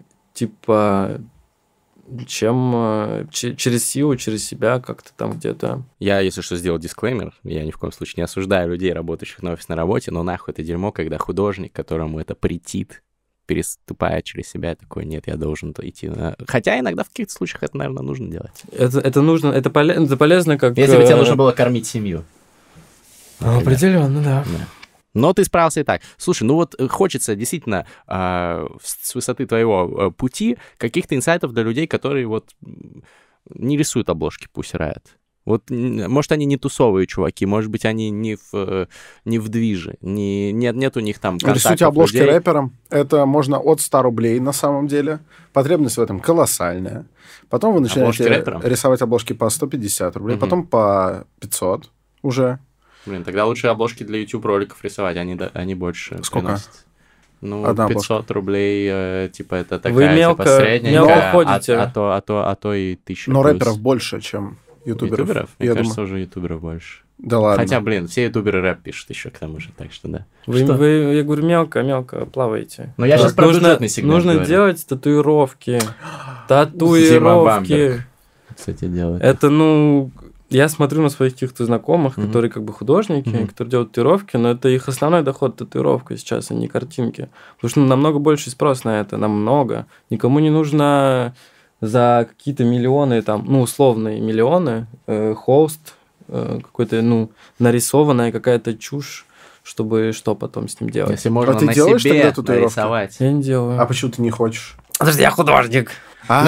чем через силу, через себя как-то там где-то. Я, если что, сделал дисклеймер. Я ни в коем случае не осуждаю людей, работающих на офисной работе, но нахуй это дерьмо, когда художник, которому это претит, переступая через себя, такой, нет, я должен идти. Хотя иногда в каких-то случаях это, наверное, нужно делать. Это нужно, это полезно, как... Если бы тебе нужно было кормить семью. Определенно, да. Но ты справился и так. Слушай, ну вот хочется действительно с высоты твоего пути каких-то инсайтов для людей, которые вот не рисуют обложки Pussy Riot. Вот, может, они не тусовые чуваки, может быть, они не в движе, нет у них там контактов. Рисуйте обложки людей. рэперам. Это можно от 100 рублей на самом деле. Потребность в этом колоссальная. Потом вы начинаете рисовать обложки по 150 рублей, потом по 500 уже. Блин, тогда лучше обложки для YouTube-роликов рисовать, они больше Сколько? приносят. Ну, одна 500 обложка. Рублей, типа, это такая, вы мелко, типа, средняя, мелко ходите. а то и 1000. Но плюс. рэперов больше, чем ютуберов. Мне кажется, уже ютуберов больше. Да ладно. Хотя, блин, все ютуберы рэп пишут еще к тому же, так что да. Вы, я говорю, мелко плаваете. Но я сейчас про бюджетный сегмент Нужно говорю. делать татуировки. Татуировки. Кстати, делать. Это, я смотрю на своих каких-то знакомых, которые как бы художники, которые делают татуировки, но это их основной доход татуировка сейчас, а не картинки. Потому что намного больше спрос на это, намного. Никому не нужно за какие-то миллионы, там, условные миллионы, холст, какой-то, нарисованная какая-то чушь, чтобы что потом с ним делать. Если можно ты на делаешь себе тогда татуировки? нарисовать. Я не делаю. А почему ты не хочешь? Подожди, я художник. Вот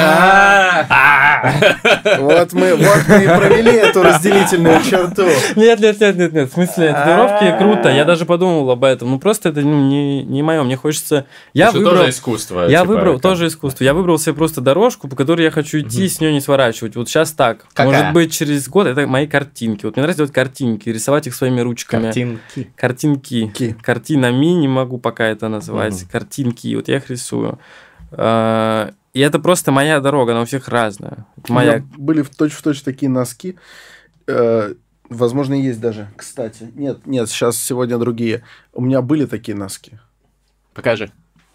мы и провели эту разделительную черту. Нет. В смысле, татуировки круто. Я даже подумал об этом. Просто это не мое. Мне хочется... Это тоже искусство. Я выбрал тоже искусство. Я выбрал себе просто дорожку, по которой я хочу идти, с нее не сворачивать. Вот сейчас так. Может быть, через год это мои картинки. Вот мне нравится делать картинки, рисовать их своими ручками. Картинки. Картинами не могу пока это называть. Картинки. Вот я их рисую. И это просто моя дорога, она у всех разная. У меня были точь-в-точь такие носки. Возможно, есть даже. Кстати. Нет, сейчас сегодня другие. У меня были такие носки. Покажи.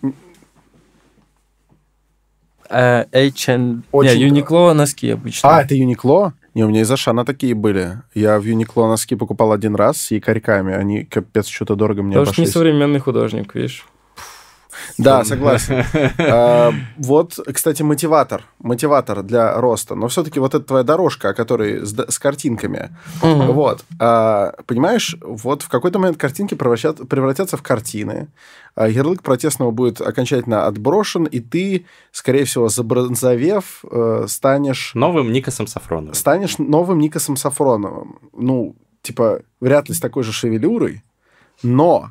Uniqlo носки обычно. Это Uniqlo? Не, у меня из Ашана такие были. Я в Uniqlo носки покупал один раз с якорьками. Они капец что-то дорого мне обошлись. Потому что не современный художник, видишь. Да, согласен. Вот, кстати, мотиватор для роста. Но все-таки вот это твоя дорожка, которая с картинками. Вот. Понимаешь, вот в какой-то момент картинки превратятся в картины. Ярлык протестного будет окончательно отброшен, и ты, скорее всего, забронзовев, станешь... Новым Никосом Сафроновым. Станешь новым Никосом Сафроновым. Вряд ли с такой же шевелюрой, но...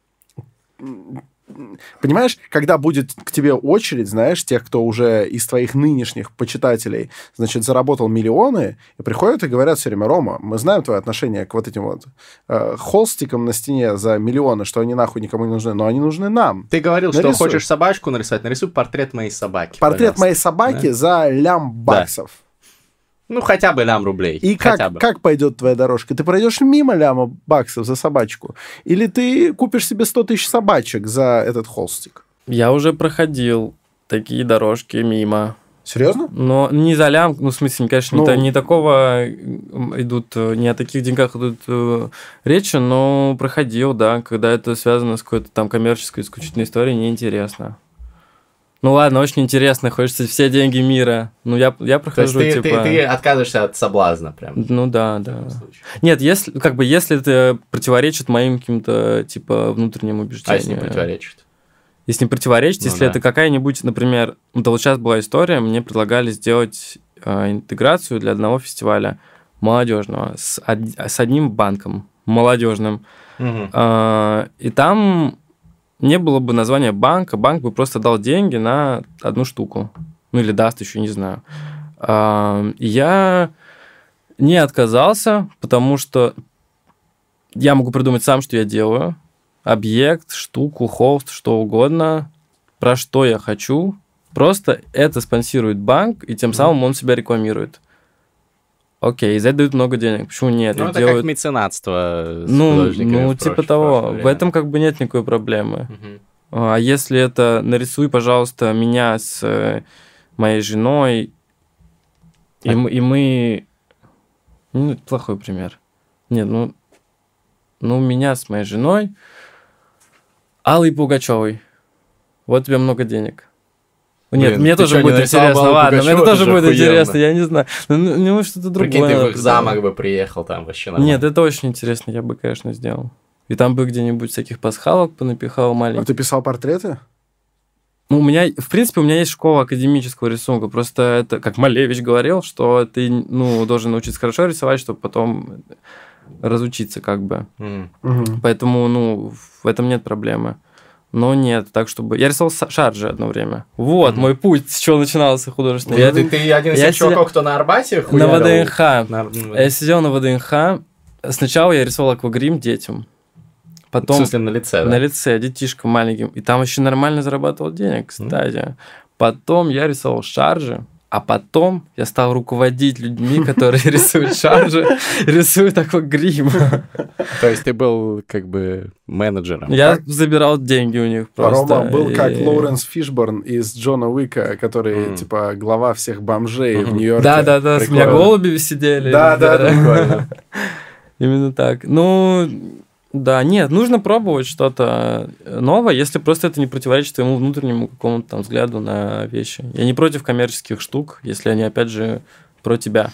Понимаешь, когда будет к тебе очередь, знаешь, тех, кто уже из твоих нынешних почитателей, значит, заработал миллионы, и приходят и говорят все время: Рома, мы знаем твое отношение к вот этим вот холстикам на стене за миллионы, что они нахуй никому не нужны, но они нужны нам. Ты говорил, что хочешь собачку нарисовать, нарисуй портрет моей собаки. Портрет моей собаки за лям баксов. Хотя бы лям рублей. И как пойдет твоя дорожка? Ты пройдешь мимо ляма баксов за собачку? Или ты купишь себе 100 тысяч собачек за этот холстик? Я уже проходил такие дорожки мимо. Серьезно? Но не за лям, в смысле, конечно, не такого идут, не о таких деньгах идут речи, но проходил, да, когда это связано с какой-то там коммерческой исключительной историей, неинтересно. Ладно, очень интересно, хочется все деньги мира. Я прохожу, то есть ты отказываешься от соблазна прям? Да. Нет, если это противоречит моим каким-то, внутренним убеждениям. А если не противоречит? Если не противоречит, если это какая-нибудь, например... вот сейчас была история, мне предлагали сделать интеграцию для одного фестиваля молодежного с одним банком молодежным. И там... не было бы названия банка, банк бы просто дал деньги на одну штуку. Или даст еще, не знаю. Я не отказался, потому что я могу придумать сам, что я делаю. Объект, штуку, холст, что угодно, про что я хочу. Просто это спонсирует банк, и тем самым он себя рекламирует. Окей, за это дают много денег. Почему нет? Это как меценатство с художниками типа того. В этом нет никакой проблемы. А если это нарисуй, пожалуйста, меня с моей женой, и мы... плохой пример. Нет, меня с моей женой, Аллой Пугачевой. вот тебе много денег. Блин, нет, мне тоже будет интересно, ладно, мне тоже будет интересно, я не знаю. Ну, что-то другое. Прикинь, ты в замок бы приехал, там вообще нормально. Нет, это очень интересно, я бы, конечно, сделал. И там бы где-нибудь всяких пасхалок понапихал маленьких. А ты писал портреты? Ну, в принципе, у меня есть школа академического рисунка. Просто это, как Малевич говорил, что ты, должен научиться хорошо рисовать, чтобы потом разучиться как бы. Поэтому, в этом нет проблемы. Но нет, так чтобы... Я рисовал шаржи одно время. Вот, мой путь, с чего начинался художественный. Ты один из тех чуваков, кто на Арбате хуярил? На ВДНХ. Я сидел на ВДНХ. Сначала я рисовал аквагрим детям. Потом, в смысле, на лице, да? На лице, детишкам маленьким. И там еще нормально зарабатывал денег, кстати. Потом я рисовал шаржи. А потом я стал руководить людьми, которые рисуют шаржи, рисуют аквагрим. То есть ты был как бы менеджером? Я забирал деньги у них просто. Рома был как Лоуренс Фишборн из Джона Уика, который типа глава всех бомжей в Нью-Йорке. Да, с меня голуби сидели. Да, прикольно. Именно так. Да, нет, нужно пробовать что-то новое, если просто это не противоречит твоему внутреннему какому-то там взгляду на вещи. Я не против коммерческих штук, если они, опять же, про тебя.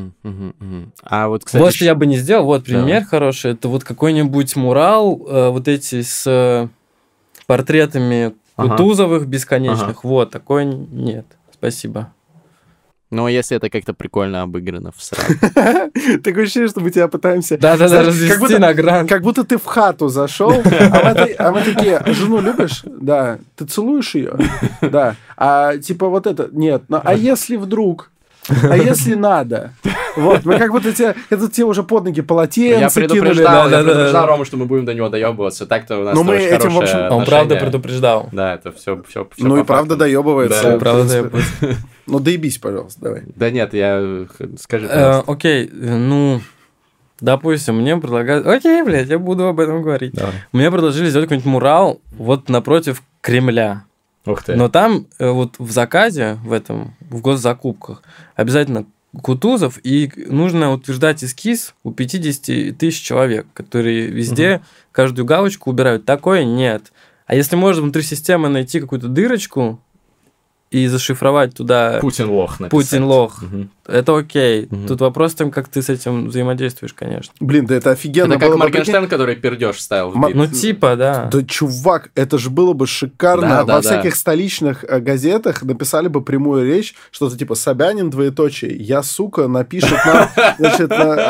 А вот, кстати... Вот что я бы не сделал, вот пример хороший, это вот какой-нибудь мурал, вот эти с портретами Кутузовых бесконечных, вот, такой нет, спасибо. Ну, если это как-то прикольно обыграно в сраку. Такое ощущение, что мы тебя пытаемся... Да, развести на грант. Как будто ты в хату зашел, а мы такие, жену любишь? Да. Ты целуешь ее? Да. А типа вот это? Нет. А если вдруг? А если надо? Вот, мы как будто тебе уже под ноги полотенце кинули. Я предупреждал Рому, что мы будем до него доебываться. Так-то у нас очень хорошее отношение. Он правда предупреждал. Да, это все. Ну и правда доебывается. Да, правда доебывается. Ну доебись, пожалуйста, давай. Да нет, скажи, пожалуйста. Окей, допустим, мне предлагают... Окей, блядь, я буду об этом говорить. Мне предложили сделать какой-нибудь мурал вот напротив Кремля. Ух ты. Но там вот в заказе, в госзакупках, обязательно Кутузов, и нужно утверждать эскиз у 50 тысяч человек, которые везде каждую галочку убирают. Такое нет. А если можно внутри системы найти какую-то дырочку и зашифровать туда... Путин лох написать. Путин лох. Это окей. Тут вопрос в том, как ты с этим взаимодействуешь, конечно. Блин, да это офигенно. Это как Моргенштерн, который пердеж ставил в бит. Ну, типа, да. Да, чувак, это же было бы шикарно. Во всяких столичных газетах написали бы прямую речь, что-то типа «Собянин, двоеточие, я, сука», напишет нам, значит,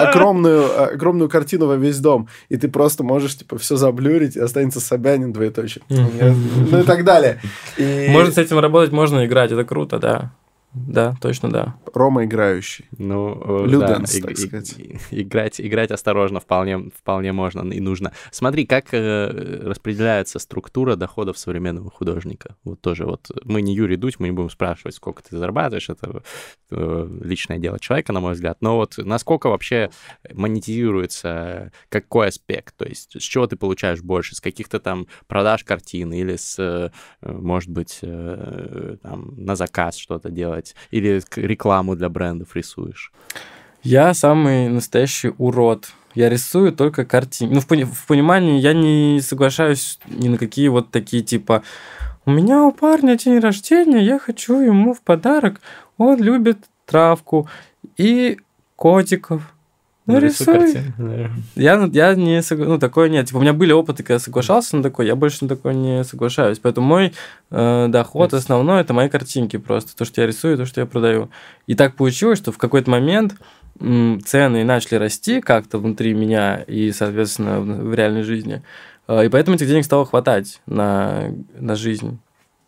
огромную картину во весь дом. И ты просто можешь, типа, все заблюрить, и останется «Собянин, двоеточие». Ну и так далее. Можно с этим работать, можно играть, это круто, да. Да, точно, да. Рома играющий. Люденс, так сказать. Играть осторожно вполне можно и нужно. Смотри, как распределяется структура доходов современного художника. Вот тоже мы не Юрий Дудь, мы не будем спрашивать, сколько ты зарабатываешь, это личное дело человека, на мой взгляд. Но вот насколько вообще монетизируется какой аспект? То есть с чего ты получаешь больше? С каких-то там продаж картины или может быть, там, на заказ что-то делать? Или рекламу для брендов рисуешь? Я самый настоящий урод. Я рисую только картины. В понимании я не соглашаюсь ни на какие вот такие типа «У меня у парня день рождения, я хочу ему в подарок, он любит травку и котиков». Нарисуй. Я не соглашаюсь. Такое нет. Типа, у меня были опыты, когда я соглашался на такое, я больше на такое не соглашаюсь. Поэтому мой доход основной – это мои картинки просто. То, что я рисую, то, что я продаю. И так получилось, что в какой-то момент цены начали расти как-то внутри меня и, соответственно, в реальной жизни. И поэтому этих денег стало хватать на жизнь.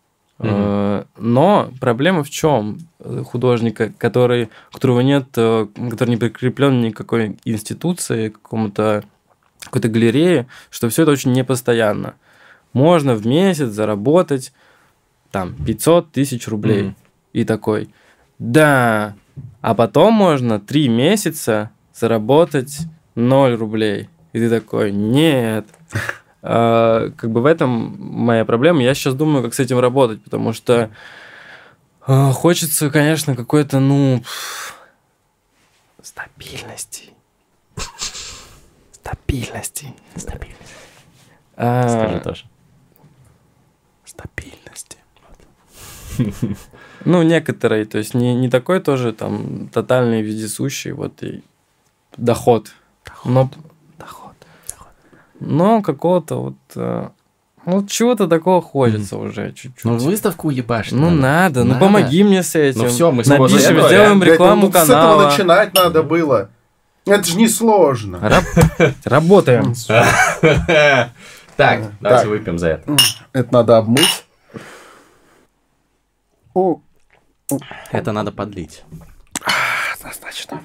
Но проблема в чем? Художника, у которого нет, который не прикреплен никакой институции, какой-то галерее, что все это очень непостоянно. Можно в месяц заработать там 500 тысяч рублей. И такой, да, а потом можно 3 месяца заработать 0 рублей. И ты такой, нет. Как бы в этом моя проблема. Я сейчас думаю, как с этим работать, потому что хочется, конечно, какой-то, стабильности. Скажи тоже. Стабильности. Ну, некоторые, то есть не такой тоже там тотальный вездесущий, вот и доход. Но какого-то вот чего-то такого хочется уже чуть-чуть. Ну, выставку ебашь. Ну, надо. Ну, помоги мне с этим. Ну, все, мы напишем, сделаем рекламу канала. С этого начинать надо было. Это же не сложно. Работаем. Так, давайте выпьем за это. Это надо обмыть. Это надо подлить. Достаточно.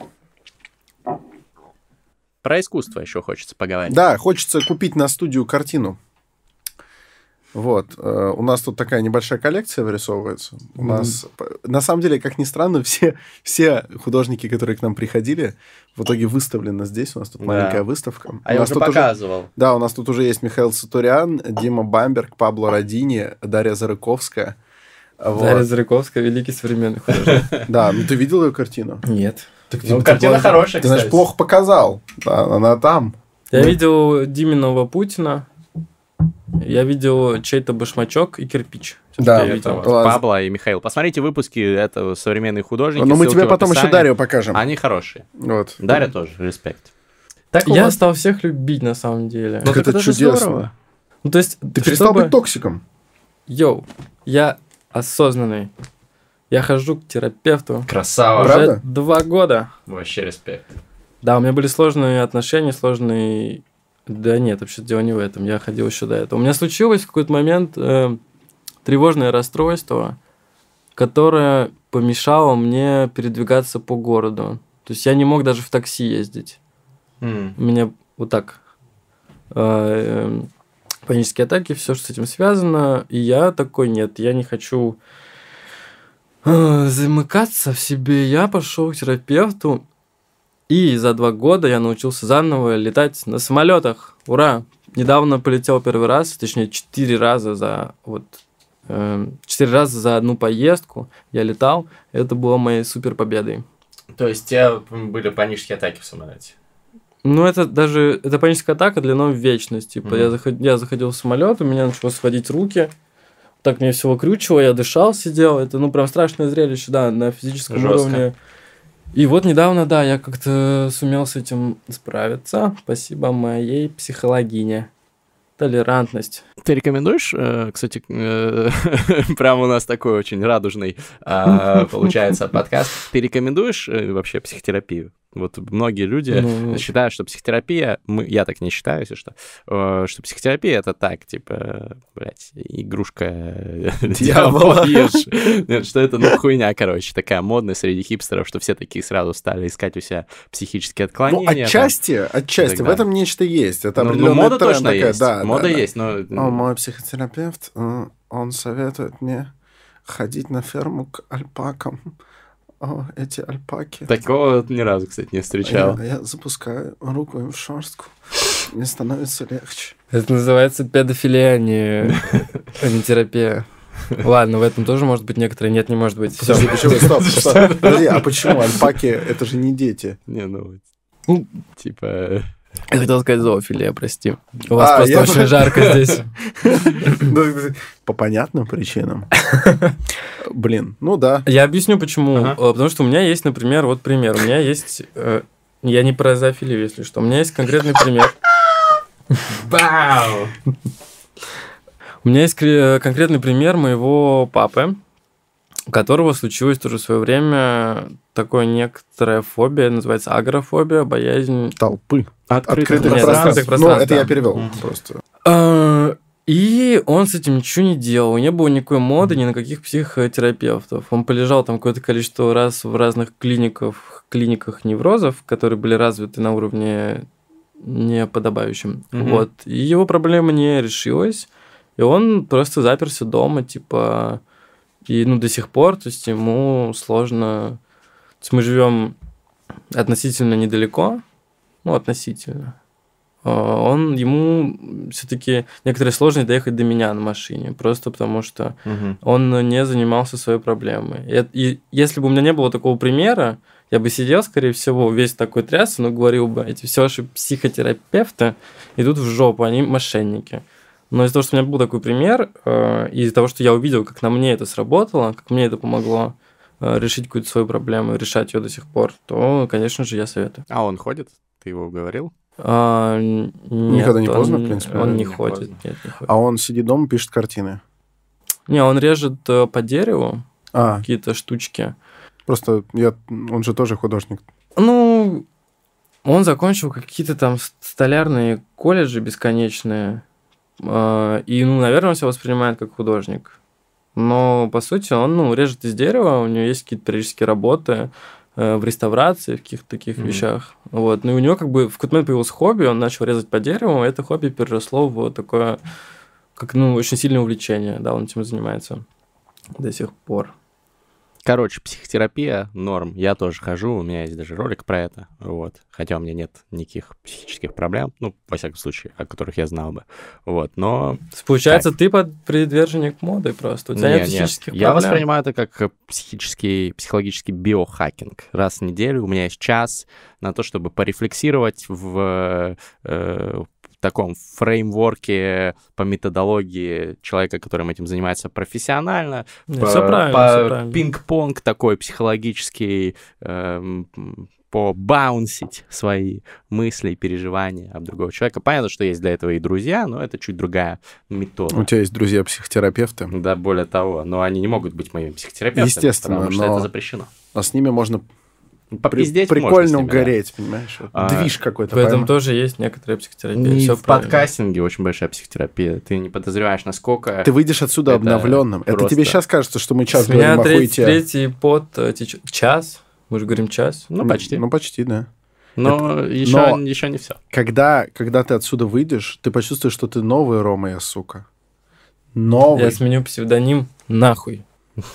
Про искусство еще хочется поговорить. Да, хочется купить на студию картину. Вот. У нас тут такая небольшая коллекция вырисовывается. У нас, на самом деле, как ни странно, все художники, которые к нам приходили, в итоге выставлены здесь. У нас тут маленькая выставка. А я уже показывал. Да, у нас тут уже есть Михаил Сатурян, Дима Бамберг, Пабло Родини, Дарья Зарыковская. Дарья Зарыковская, великий современный художник. Да, ну ты видел ее картину? Нет. Ну, картина хорошая, ты, значит, плохо показал. Она там. Я видел Диминого Путина. Я видел чей-то башмачок и кирпич. Да, Пабло и Михаил. Посмотрите выпуски этого «Современные художники». Но мы тебе потом еще Дарью покажем. Они хорошие. Вот. Дарья тоже, респект. Так я стал всех любить, на самом деле. Так это чудесно. Ну, то есть, ты перестал быть токсиком. Йоу, я осознанный. Я хожу к терапевту. Красава. Уже 2 года. Вообще респект. Да, у меня были сложные отношения, сложные... Да нет, вообще дело не в этом. Я ходил еще до этого. У меня случилось в какой-то момент тревожное расстройство, которое помешало мне передвигаться по городу. То есть я не мог даже в такси ездить. У меня вот так панические атаки, все, что с этим связано. И я такой, нет, я не хочу замыкаться в себе. Я пошел к терапевту. И за 2 года я научился заново летать на самолетах. Ура! Недавно полетел первый раз, точнее 4 раза за 4 раза за одну поездку я летал. Это было моей супер победой. То есть у тебя были панические атаки в самолете? Ну, это паническая атака длиной в вечность. Типа, я заходил в самолет, у меня начало сводить руки. Так мне все выкручивало, я дышал, сидел. Это, прям страшное зрелище, да, на физическом уровне. И вот недавно, да, я как-то сумел с этим справиться. Спасибо моей психологине. Толерантность. Ты рекомендуешь, кстати, прям у нас такой очень радужный получается подкаст. Ты рекомендуешь вообще психотерапию? Вот многие люди считают, что психотерапия, я так не считаю, если что психотерапия это так, типа, блядь, игрушка дьявола, что это, хуйня, короче, такая модная среди хипстеров, что все такие сразу стали искать у себя психические отклонения. Отчасти, в этом нечто есть. Это определенная мода точно есть, да, мода есть, но... Мой психотерапевт, он советует мне ходить на ферму к альпакам. Эти альпаки. Такого ни разу, кстати, не встречал. Я запускаю руку им в шерстку. Мне становится легче. Это называется педофилия, а не терапия. Ладно, в этом тоже может быть некоторые. Нет, не может быть. Подожди, почему? Стоп. Подожди, а почему? Альпаки — это же не дети. Не, типа... Я хотел сказать зоофилия, прости. У вас просто очень жарко здесь. По понятным причинам. Блин, ну да. Я объясню, почему. Потому что у меня есть, например, вот пример. У меня есть... Я не про зоофилию, если что. У меня есть конкретный пример. Бау! У меня есть конкретный пример моего папы, у которого случилось тоже в свое время такое некоторая фобия, называется агорафобия, боязнь... Толпы. Открытых пространств. Ну, это я перевел просто. И он с этим ничего не делал. Не было никакой моды ни на каких психотерапевтов. Он полежал там какое-то количество раз в разных клиниках неврозов, которые были развиты на уровне неподобающем. Вот. И его проблема не решилась. И он просто заперся дома, типа... И до сих пор, то есть ему сложно... То есть мы живем относительно недалеко, относительно. Ему все-таки некоторые сложности доехать до меня на машине, просто потому что он не занимался своей проблемой. И если бы у меня не было такого примера, я бы сидел, скорее всего, весь такой трясся, но говорил бы, эти все ваши психотерапевты идут в жопу, они мошенники. Но из-за того, что у меня был такой пример, и из-за того, что я увидел, как на мне это сработало, как мне это помогло решить какую-то свою проблему и решать ее до сих пор, то, конечно же, я советую. А он ходит? Ты его уговорил? Нет, Никогда не поздно, в принципе. Он не Не ходит. поздно. Нет, не ходит. А он сидит дома, пишет картины. Не, он режет по дереву А, какие-то штучки. просто он же тоже художник. Ну, он закончил какие-то там столярные колледжи бесконечные. И, наверное, он себя воспринимает как художник. Но, по сути, он, режет из дерева, у него есть какие-то периодические работы в реставрации, в каких-то таких вещах. Вот. Ну, и у него в какой-то момент появилось хобби, он начал резать по дереву, и это хобби переросло в такое, очень сильное увлечение, да, он этим занимается до сих пор. Короче, психотерапия норм. Я тоже хожу, у меня есть даже ролик про это. Вот. Хотя у меня нет никаких психических проблем, во всяком случае, о которых я знал бы. Вот, но... Получается, ты приверженник моды просто. У тебя нет психических проблем. Я воспринимаю это как психологический биохакинг. Раз в неделю у меня есть час на то, чтобы порефлексировать в таком фреймворке по методологии человека, которым этим занимается профессионально. Все правильно. Пинг-понг такой психологический, побаунсить свои мысли и переживания об другого человека. Понятно, что есть для этого и друзья, но это чуть другая метода. У тебя есть друзья-психотерапевты? Да, более того. Но они не могут быть моими психотерапевтами, естественно, потому что это запрещено. А с ними можно попиздеть прикольно можно угореть, понимаешь? Движ какой-то. В этом тоже есть некоторая психотерапия. И Всё в правильно. подкастинге очень большая психотерапия. Ты не подозреваешь, насколько... Ты выйдешь отсюда это обновленным. Это просто- тебе сейчас кажется, что мы час С меня говорим охуете. третий пот течет. Час? Мы же говорим час. Ну, почти. Ну, почти, да. Но еще не все. Когда ты отсюда выйдешь, ты почувствуешь, что ты новый Рома, я сука. Новый. Я сменю псевдоним нахуй.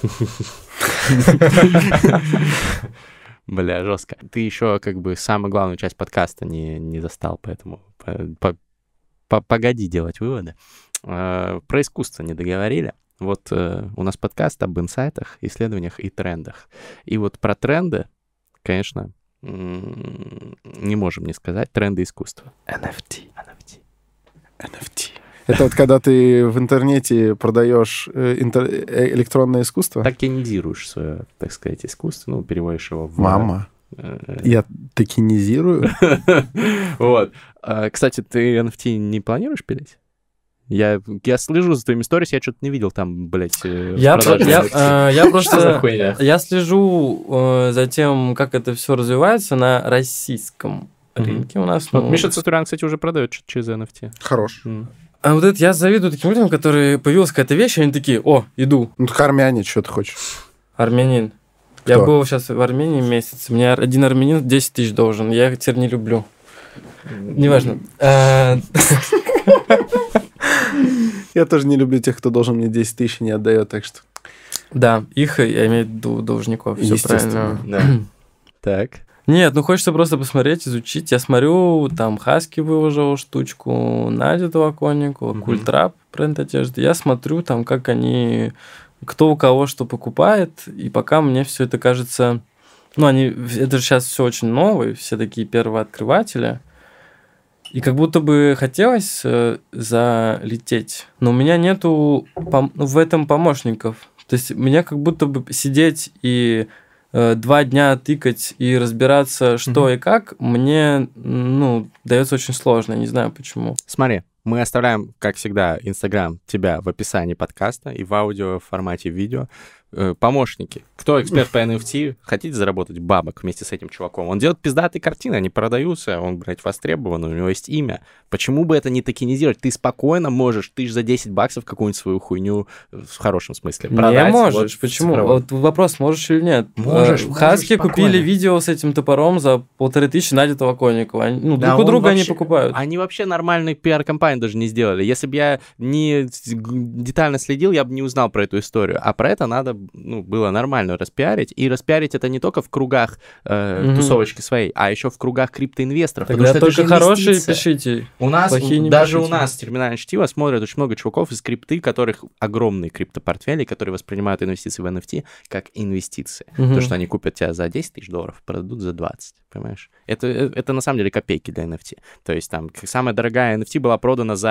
Бля, жестко. Ты еще самую главную часть подкаста не застал, поэтому погоди делать выводы. Про искусство не договорили. Вот у нас подкаст об инсайтах, исследованиях и трендах. И вот про тренды, конечно, не можем не сказать. Тренды искусства. NFT. Это вот когда ты в интернете продаешь электронное искусство? Токенизируешь свое, так сказать, искусство, переводишь его в... Мама, я токенизирую? Вот. Кстати, ты NFT не планируешь пилить? Я слежу за твоими сторис, я что-то не видел там, блядь, Я просто... хуйня? Я слежу за тем, как это все развивается на российском рынке у нас. Миша Цитурян, кстати, уже продает что-то через NFT. Хорош. А вот это я завидую таким людям, которые появилась какая-то вещь, и они такие: о, иду. Ну, так армяне, что ты хочешь? Армянин. Кто? Я был сейчас в Армении месяц. Мне один армянин 10 тысяч должен. Я их теперь не люблю. Неважно. Я тоже не люблю тех, кто должен мне 10 тысяч и не отдает, так что... Да, их, я имею в виду должников. Все правильно. Да. Так. Нет, хочется просто посмотреть, изучить. Я смотрю, там Хаски выложил штучку, Надя Толоконникова, Культрап, бренд одежды. Я смотрю, там, как они, кто у кого что покупает, и пока мне все это кажется... это же сейчас все очень новое, все такие первооткрыватели. И как будто бы хотелось залететь, но у меня нету в этом помощников. То есть мне как будто бы сидеть и 2 дня тыкать и разбираться, что и как, мне, дается очень сложно, я не знаю почему. Смотри, мы оставляем, как всегда, Инстаграм тебя в описании подкаста и в аудио, в формате видео. Помощники. Кто эксперт по NFT, хотите заработать бабок вместе с этим чуваком? Он делает пиздатые картины, они продаются, он, востребован, у него есть имя. Почему бы это не токенизировать? Ты спокойно можешь, ты же за 10 баксов какую-нибудь свою хуйню, в хорошем смысле, продать. Не можешь, почему? Вот вопрос, можешь или нет? Можешь. Хаски купили видео с этим топором за 1500 Надя Толоконникова. Друг у друга они покупают. Они вообще нормальную пиар-компанию даже не сделали. Если бы я не детально следил, я бы не узнал про эту историю. А про это надо было нормально распиарить. И распиарить это не только в кругах тусовочки своей, а еще в кругах криптоинвесторов. Тогда только хорошие пишите. У нас, даже у нас терминальное чтиво смотрят очень много чуваков из крипты, которых огромные криптопортфели, которые воспринимают инвестиции в NFT как инвестиции. То, что они купят тебя за 10 тысяч долларов, продадут за 20, понимаешь? Это на самом деле копейки для NFT. То есть там самая дорогая NFT была продана за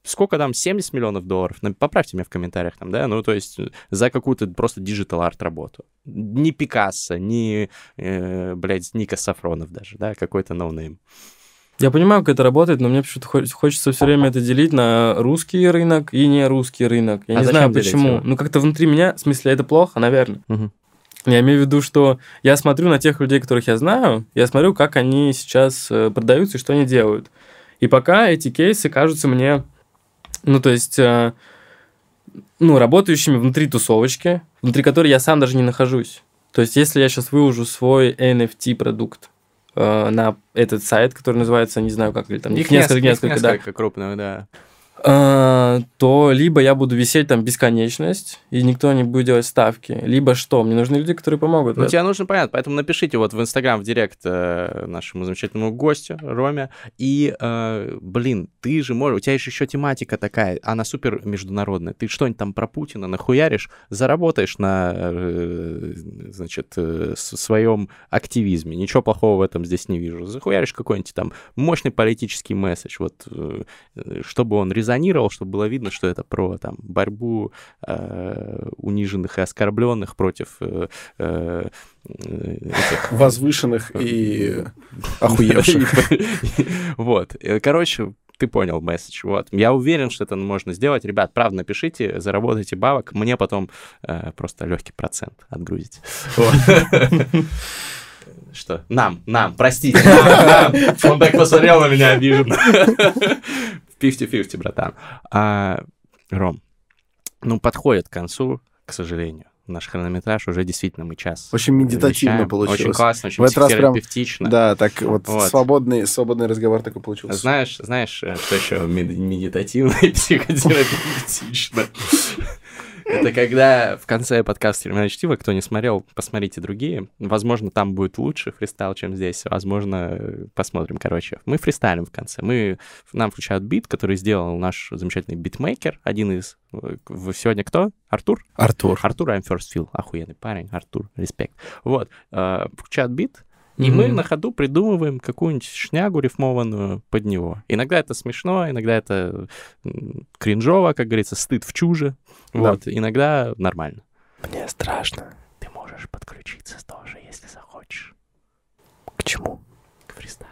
сколько там, 70 миллионов долларов? Поправьте меня в комментариях там, да? Ну, то есть за какую-то просто диджитал-арт работу. Ни Пикассо, ни, Ника Сафронов даже, да? Какой-то ноунейм. Я понимаю, как это работает, но мне почему-то хочется все время это делить на русский рынок и не русский рынок. Я не знаю, почему. Ну, как-то внутри меня, в смысле, это плохо, наверное. Я имею в виду, что я смотрю на тех людей, которых я знаю, я смотрю, как они сейчас продаются и что они делают. И пока эти кейсы кажутся мне, ну, то есть, работающими внутри тусовочки, внутри которой я сам даже не нахожусь. То есть, если я сейчас выложу свой NFT-продукт на этот сайт, который называется, не знаю как, или там их несколько крупных, да. То либо я буду висеть там бесконечность, и никто не будет делать ставки, либо что? Мне нужны люди, которые помогут. Ну, тебе нужно, понятно, поэтому напишите вот в Инстаграм, в Директ нашему замечательному гостю Роме, и, ты же можешь, у тебя еще тематика такая, она супер международная, ты что-нибудь там про Путина нахуяришь, заработаешь на, своем активизме, ничего плохого в этом здесь не вижу, захуяришь какой-нибудь там мощный политический месседж, вот, чтобы он резонировал, чтобы было видно, что это про там, борьбу униженных и оскорбленных против возвышенных и охуевших. Вот. Короче, ты понял месседж. Вот. Я уверен, что это можно сделать. Ребят, правда, напишите, заработайте бабок, мне потом просто легкий процент отгрузите. Что? Нам, простите, нам. Он так посмотрел на меня обиженно. 50-50, братан. Ром, подходит к концу, к сожалению. Наш хронометраж уже действительно мы час. Очень медитативно получилось. Очень классно, очень психотерапевтично. Да, так вот свободный разговор такой получился. Знаешь, что еще медитативно и психотерапевтично? Это когда в конце подкаста «Терминальное чтиво», кто не смотрел, посмотрите другие. Возможно, там будет лучше фристайл, чем здесь. Возможно, посмотрим. Короче, мы фристайлим в конце. Нам включают бит, который сделал наш замечательный битмейкер. Один из... Сегодня кто? Артур, I'm First Feel. Охуенный парень. Артур, респект. Вот. Включают бит. И мы на ходу придумываем какую-нибудь шнягу рифмованную под него. Иногда это смешно, иногда это кринжово, как говорится, стыд в чуже. Да. Вот, иногда нормально. Мне страшно. Ты можешь подключиться тоже, если захочешь. К чему? К фристайлу.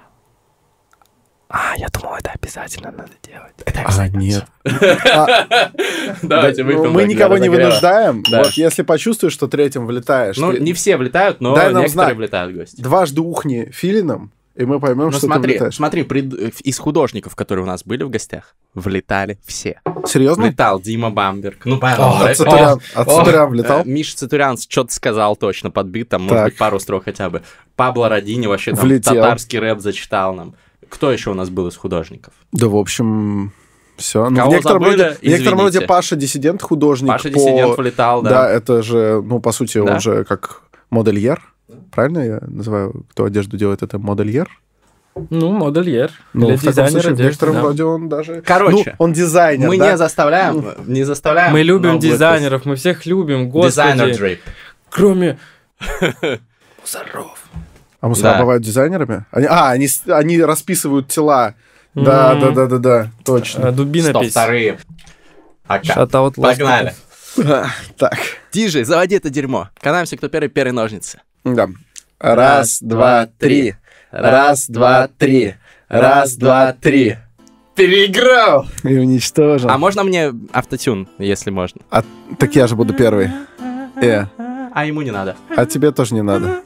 Я думал, это обязательно надо делать. Нет. Давайте выпьем. Мы никого не вынуждаем. Вот если почувствуешь, что третьим влетаешь. Не все влетают, но некоторые влетают гости. Дважды ухни филином, и мы поймем, что ты влетаешь. Смотри, из художников, которые у нас были в гостях, влетали все. Серьезно? Влетал Дима Бамберг. Цитурян влетал? Миша Цитурян что-то сказал точно под бит, там, может быть, пару строк хотя бы. Пабло Родини вообще там татарский рэп зачитал нам. Кто еще у нас был из художников? Да, в общем, все. Кого в некотором роде Паша Диссидент художник. Паша Диссидент влетал, да. Да, это же, по сути, он же как модельер. Правильно я называю, кто одежду делает, это модельер? Модельер. Для дизайнера. В некотором роде он даже... Короче, он дизайнер, мы не заставляем. Мы любим дизайнеров, мы всех любим, господи. Дизайнер Дрейп. Кроме мусоров. А мусора бывают дизайнерами? Они расписывают тела. Да, точно. Дубинопись. 102-е. Погнали. Так. Диджей, заводи это дерьмо. Канаемся, кто первый ножницы. Да. Раз, два, три. Раз, два, три. Раз, два, три. Переиграл. И уничтожил. А можно мне автотюн, если можно? Так я же буду первый. А ему не надо. А тебе тоже не надо.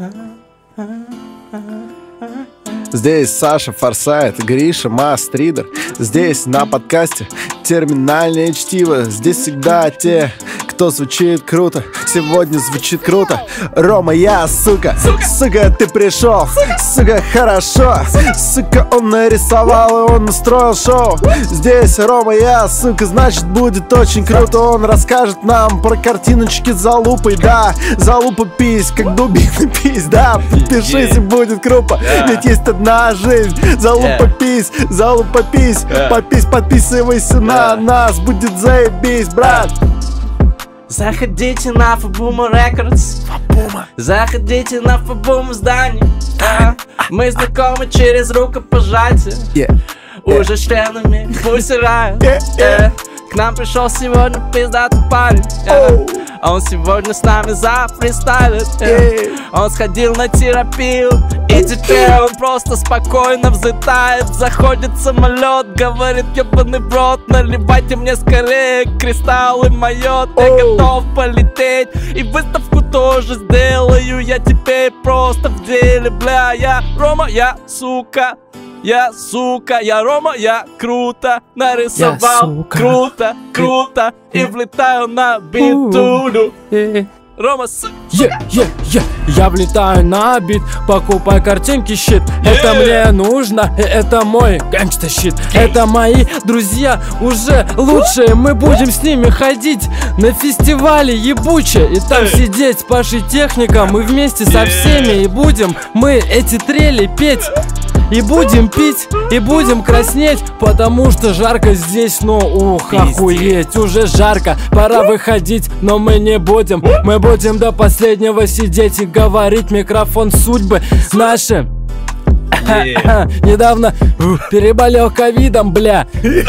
Здесь Саша Форсайт, Гриша Мастридер. Здесь на подкасте «Терминальное чтиво». Здесь всегда те, кто звучит круто. Сегодня звучит круто. Рома, я, сука, ты пришел. Сука, хорошо. Сука, он нарисовал и он устроил шоу. Здесь Рома, я, сука, значит будет очень круто. Он расскажет нам про картиночки за лупой. Да, за лупу пись, как дубина пись. Да, подпишись и будет крупо. Ведь есть одна жизнь. Залупа пись, попись, подписывайся на нас. Будет заебись, брат. Заходите на Фабума Рекордс. Заходите на Фабума здание. Мы знакомы через рукопожатие. Уже членами усирают. К нам пришел сегодня пиздатый парень. Он сегодня с нами зафристайлит. Он сходил на терапию, и теперь он просто спокойно взлетает. Заходит самолет, говорит: ебаный в рот, наливайте мне скорее кристаллы майот. Я готов полететь, и выставку тоже сделаю. Я теперь просто в деле, бля. Я Рома, я сука. Я сука, я Рома, я круто нарисовал, круто, круто, и влетаю на битулю. Рома, Я влетаю на бит, покупай картинки, щит. Это мне нужно, это мой гангста щит. Это мои друзья уже лучшие. Мы будем с ними ходить на фестивале ебуче, и там сидеть с Пашей Техником. Мы вместе со всеми и будем мы эти трели петь. И будем пить, и будем краснеть, потому что жарко здесь, ну охуеть, уже жарко, пора выходить, но мы не будем. Мы будем до последнего сидеть и говорить, микрофон судьбы наши. Недавно переболел ковидом, бля.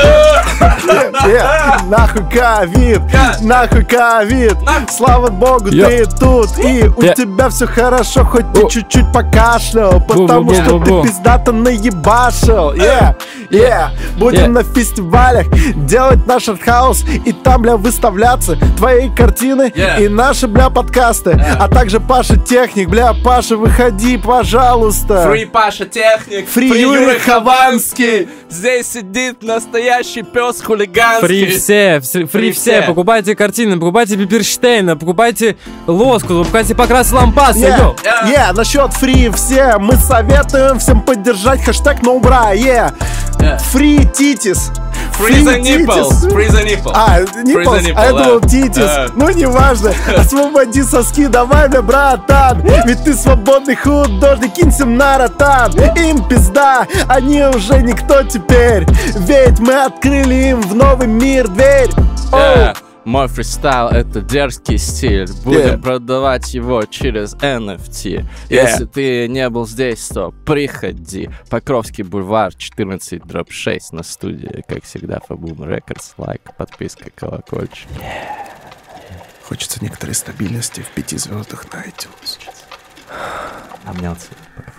Нахуй ковид, нахуй ковид. Слава богу, ты тут, и у тебя все хорошо, хоть ты чуть-чуть покашлял, потому что ты пиздато наебашил. Будем на фестивалях делать наш артхаус, и там, бля, выставляться твои картины и наши, бля, подкасты. А также Паша Техник, бля, Паша, выходи, пожалуйста. Фри Паша Техник, Фри Юрий Хованский. Здесь сидит настоящий пес хулиганский. Фри все. Покупайте картины, покупайте Пиперштейна, покупайте лоску, покупайте покрас лампасы. Насчет фри все мы советуем всем поддержать хэштег ноубра. Фри титис. Free the nipples. Nipples, а это был титис. Ну, неважно. Освободи соски, давай, бля, братан. Ведь ты свободный художник, кинься на ротан. Им пизда, они уже никто теперь. Ведь мы открыли им в новый мир дверь. Мой фристайл — это дерзкий стиль. Будем продавать его через NFT. Если ты не был здесь, то приходи. Покровский бульвар, 14/6 на студии. Как всегда, Фабум Рекордс. Лайк, подписка, колокольчик. Хочется некоторой стабильности в 5 звездах на iTunes. Обнялся.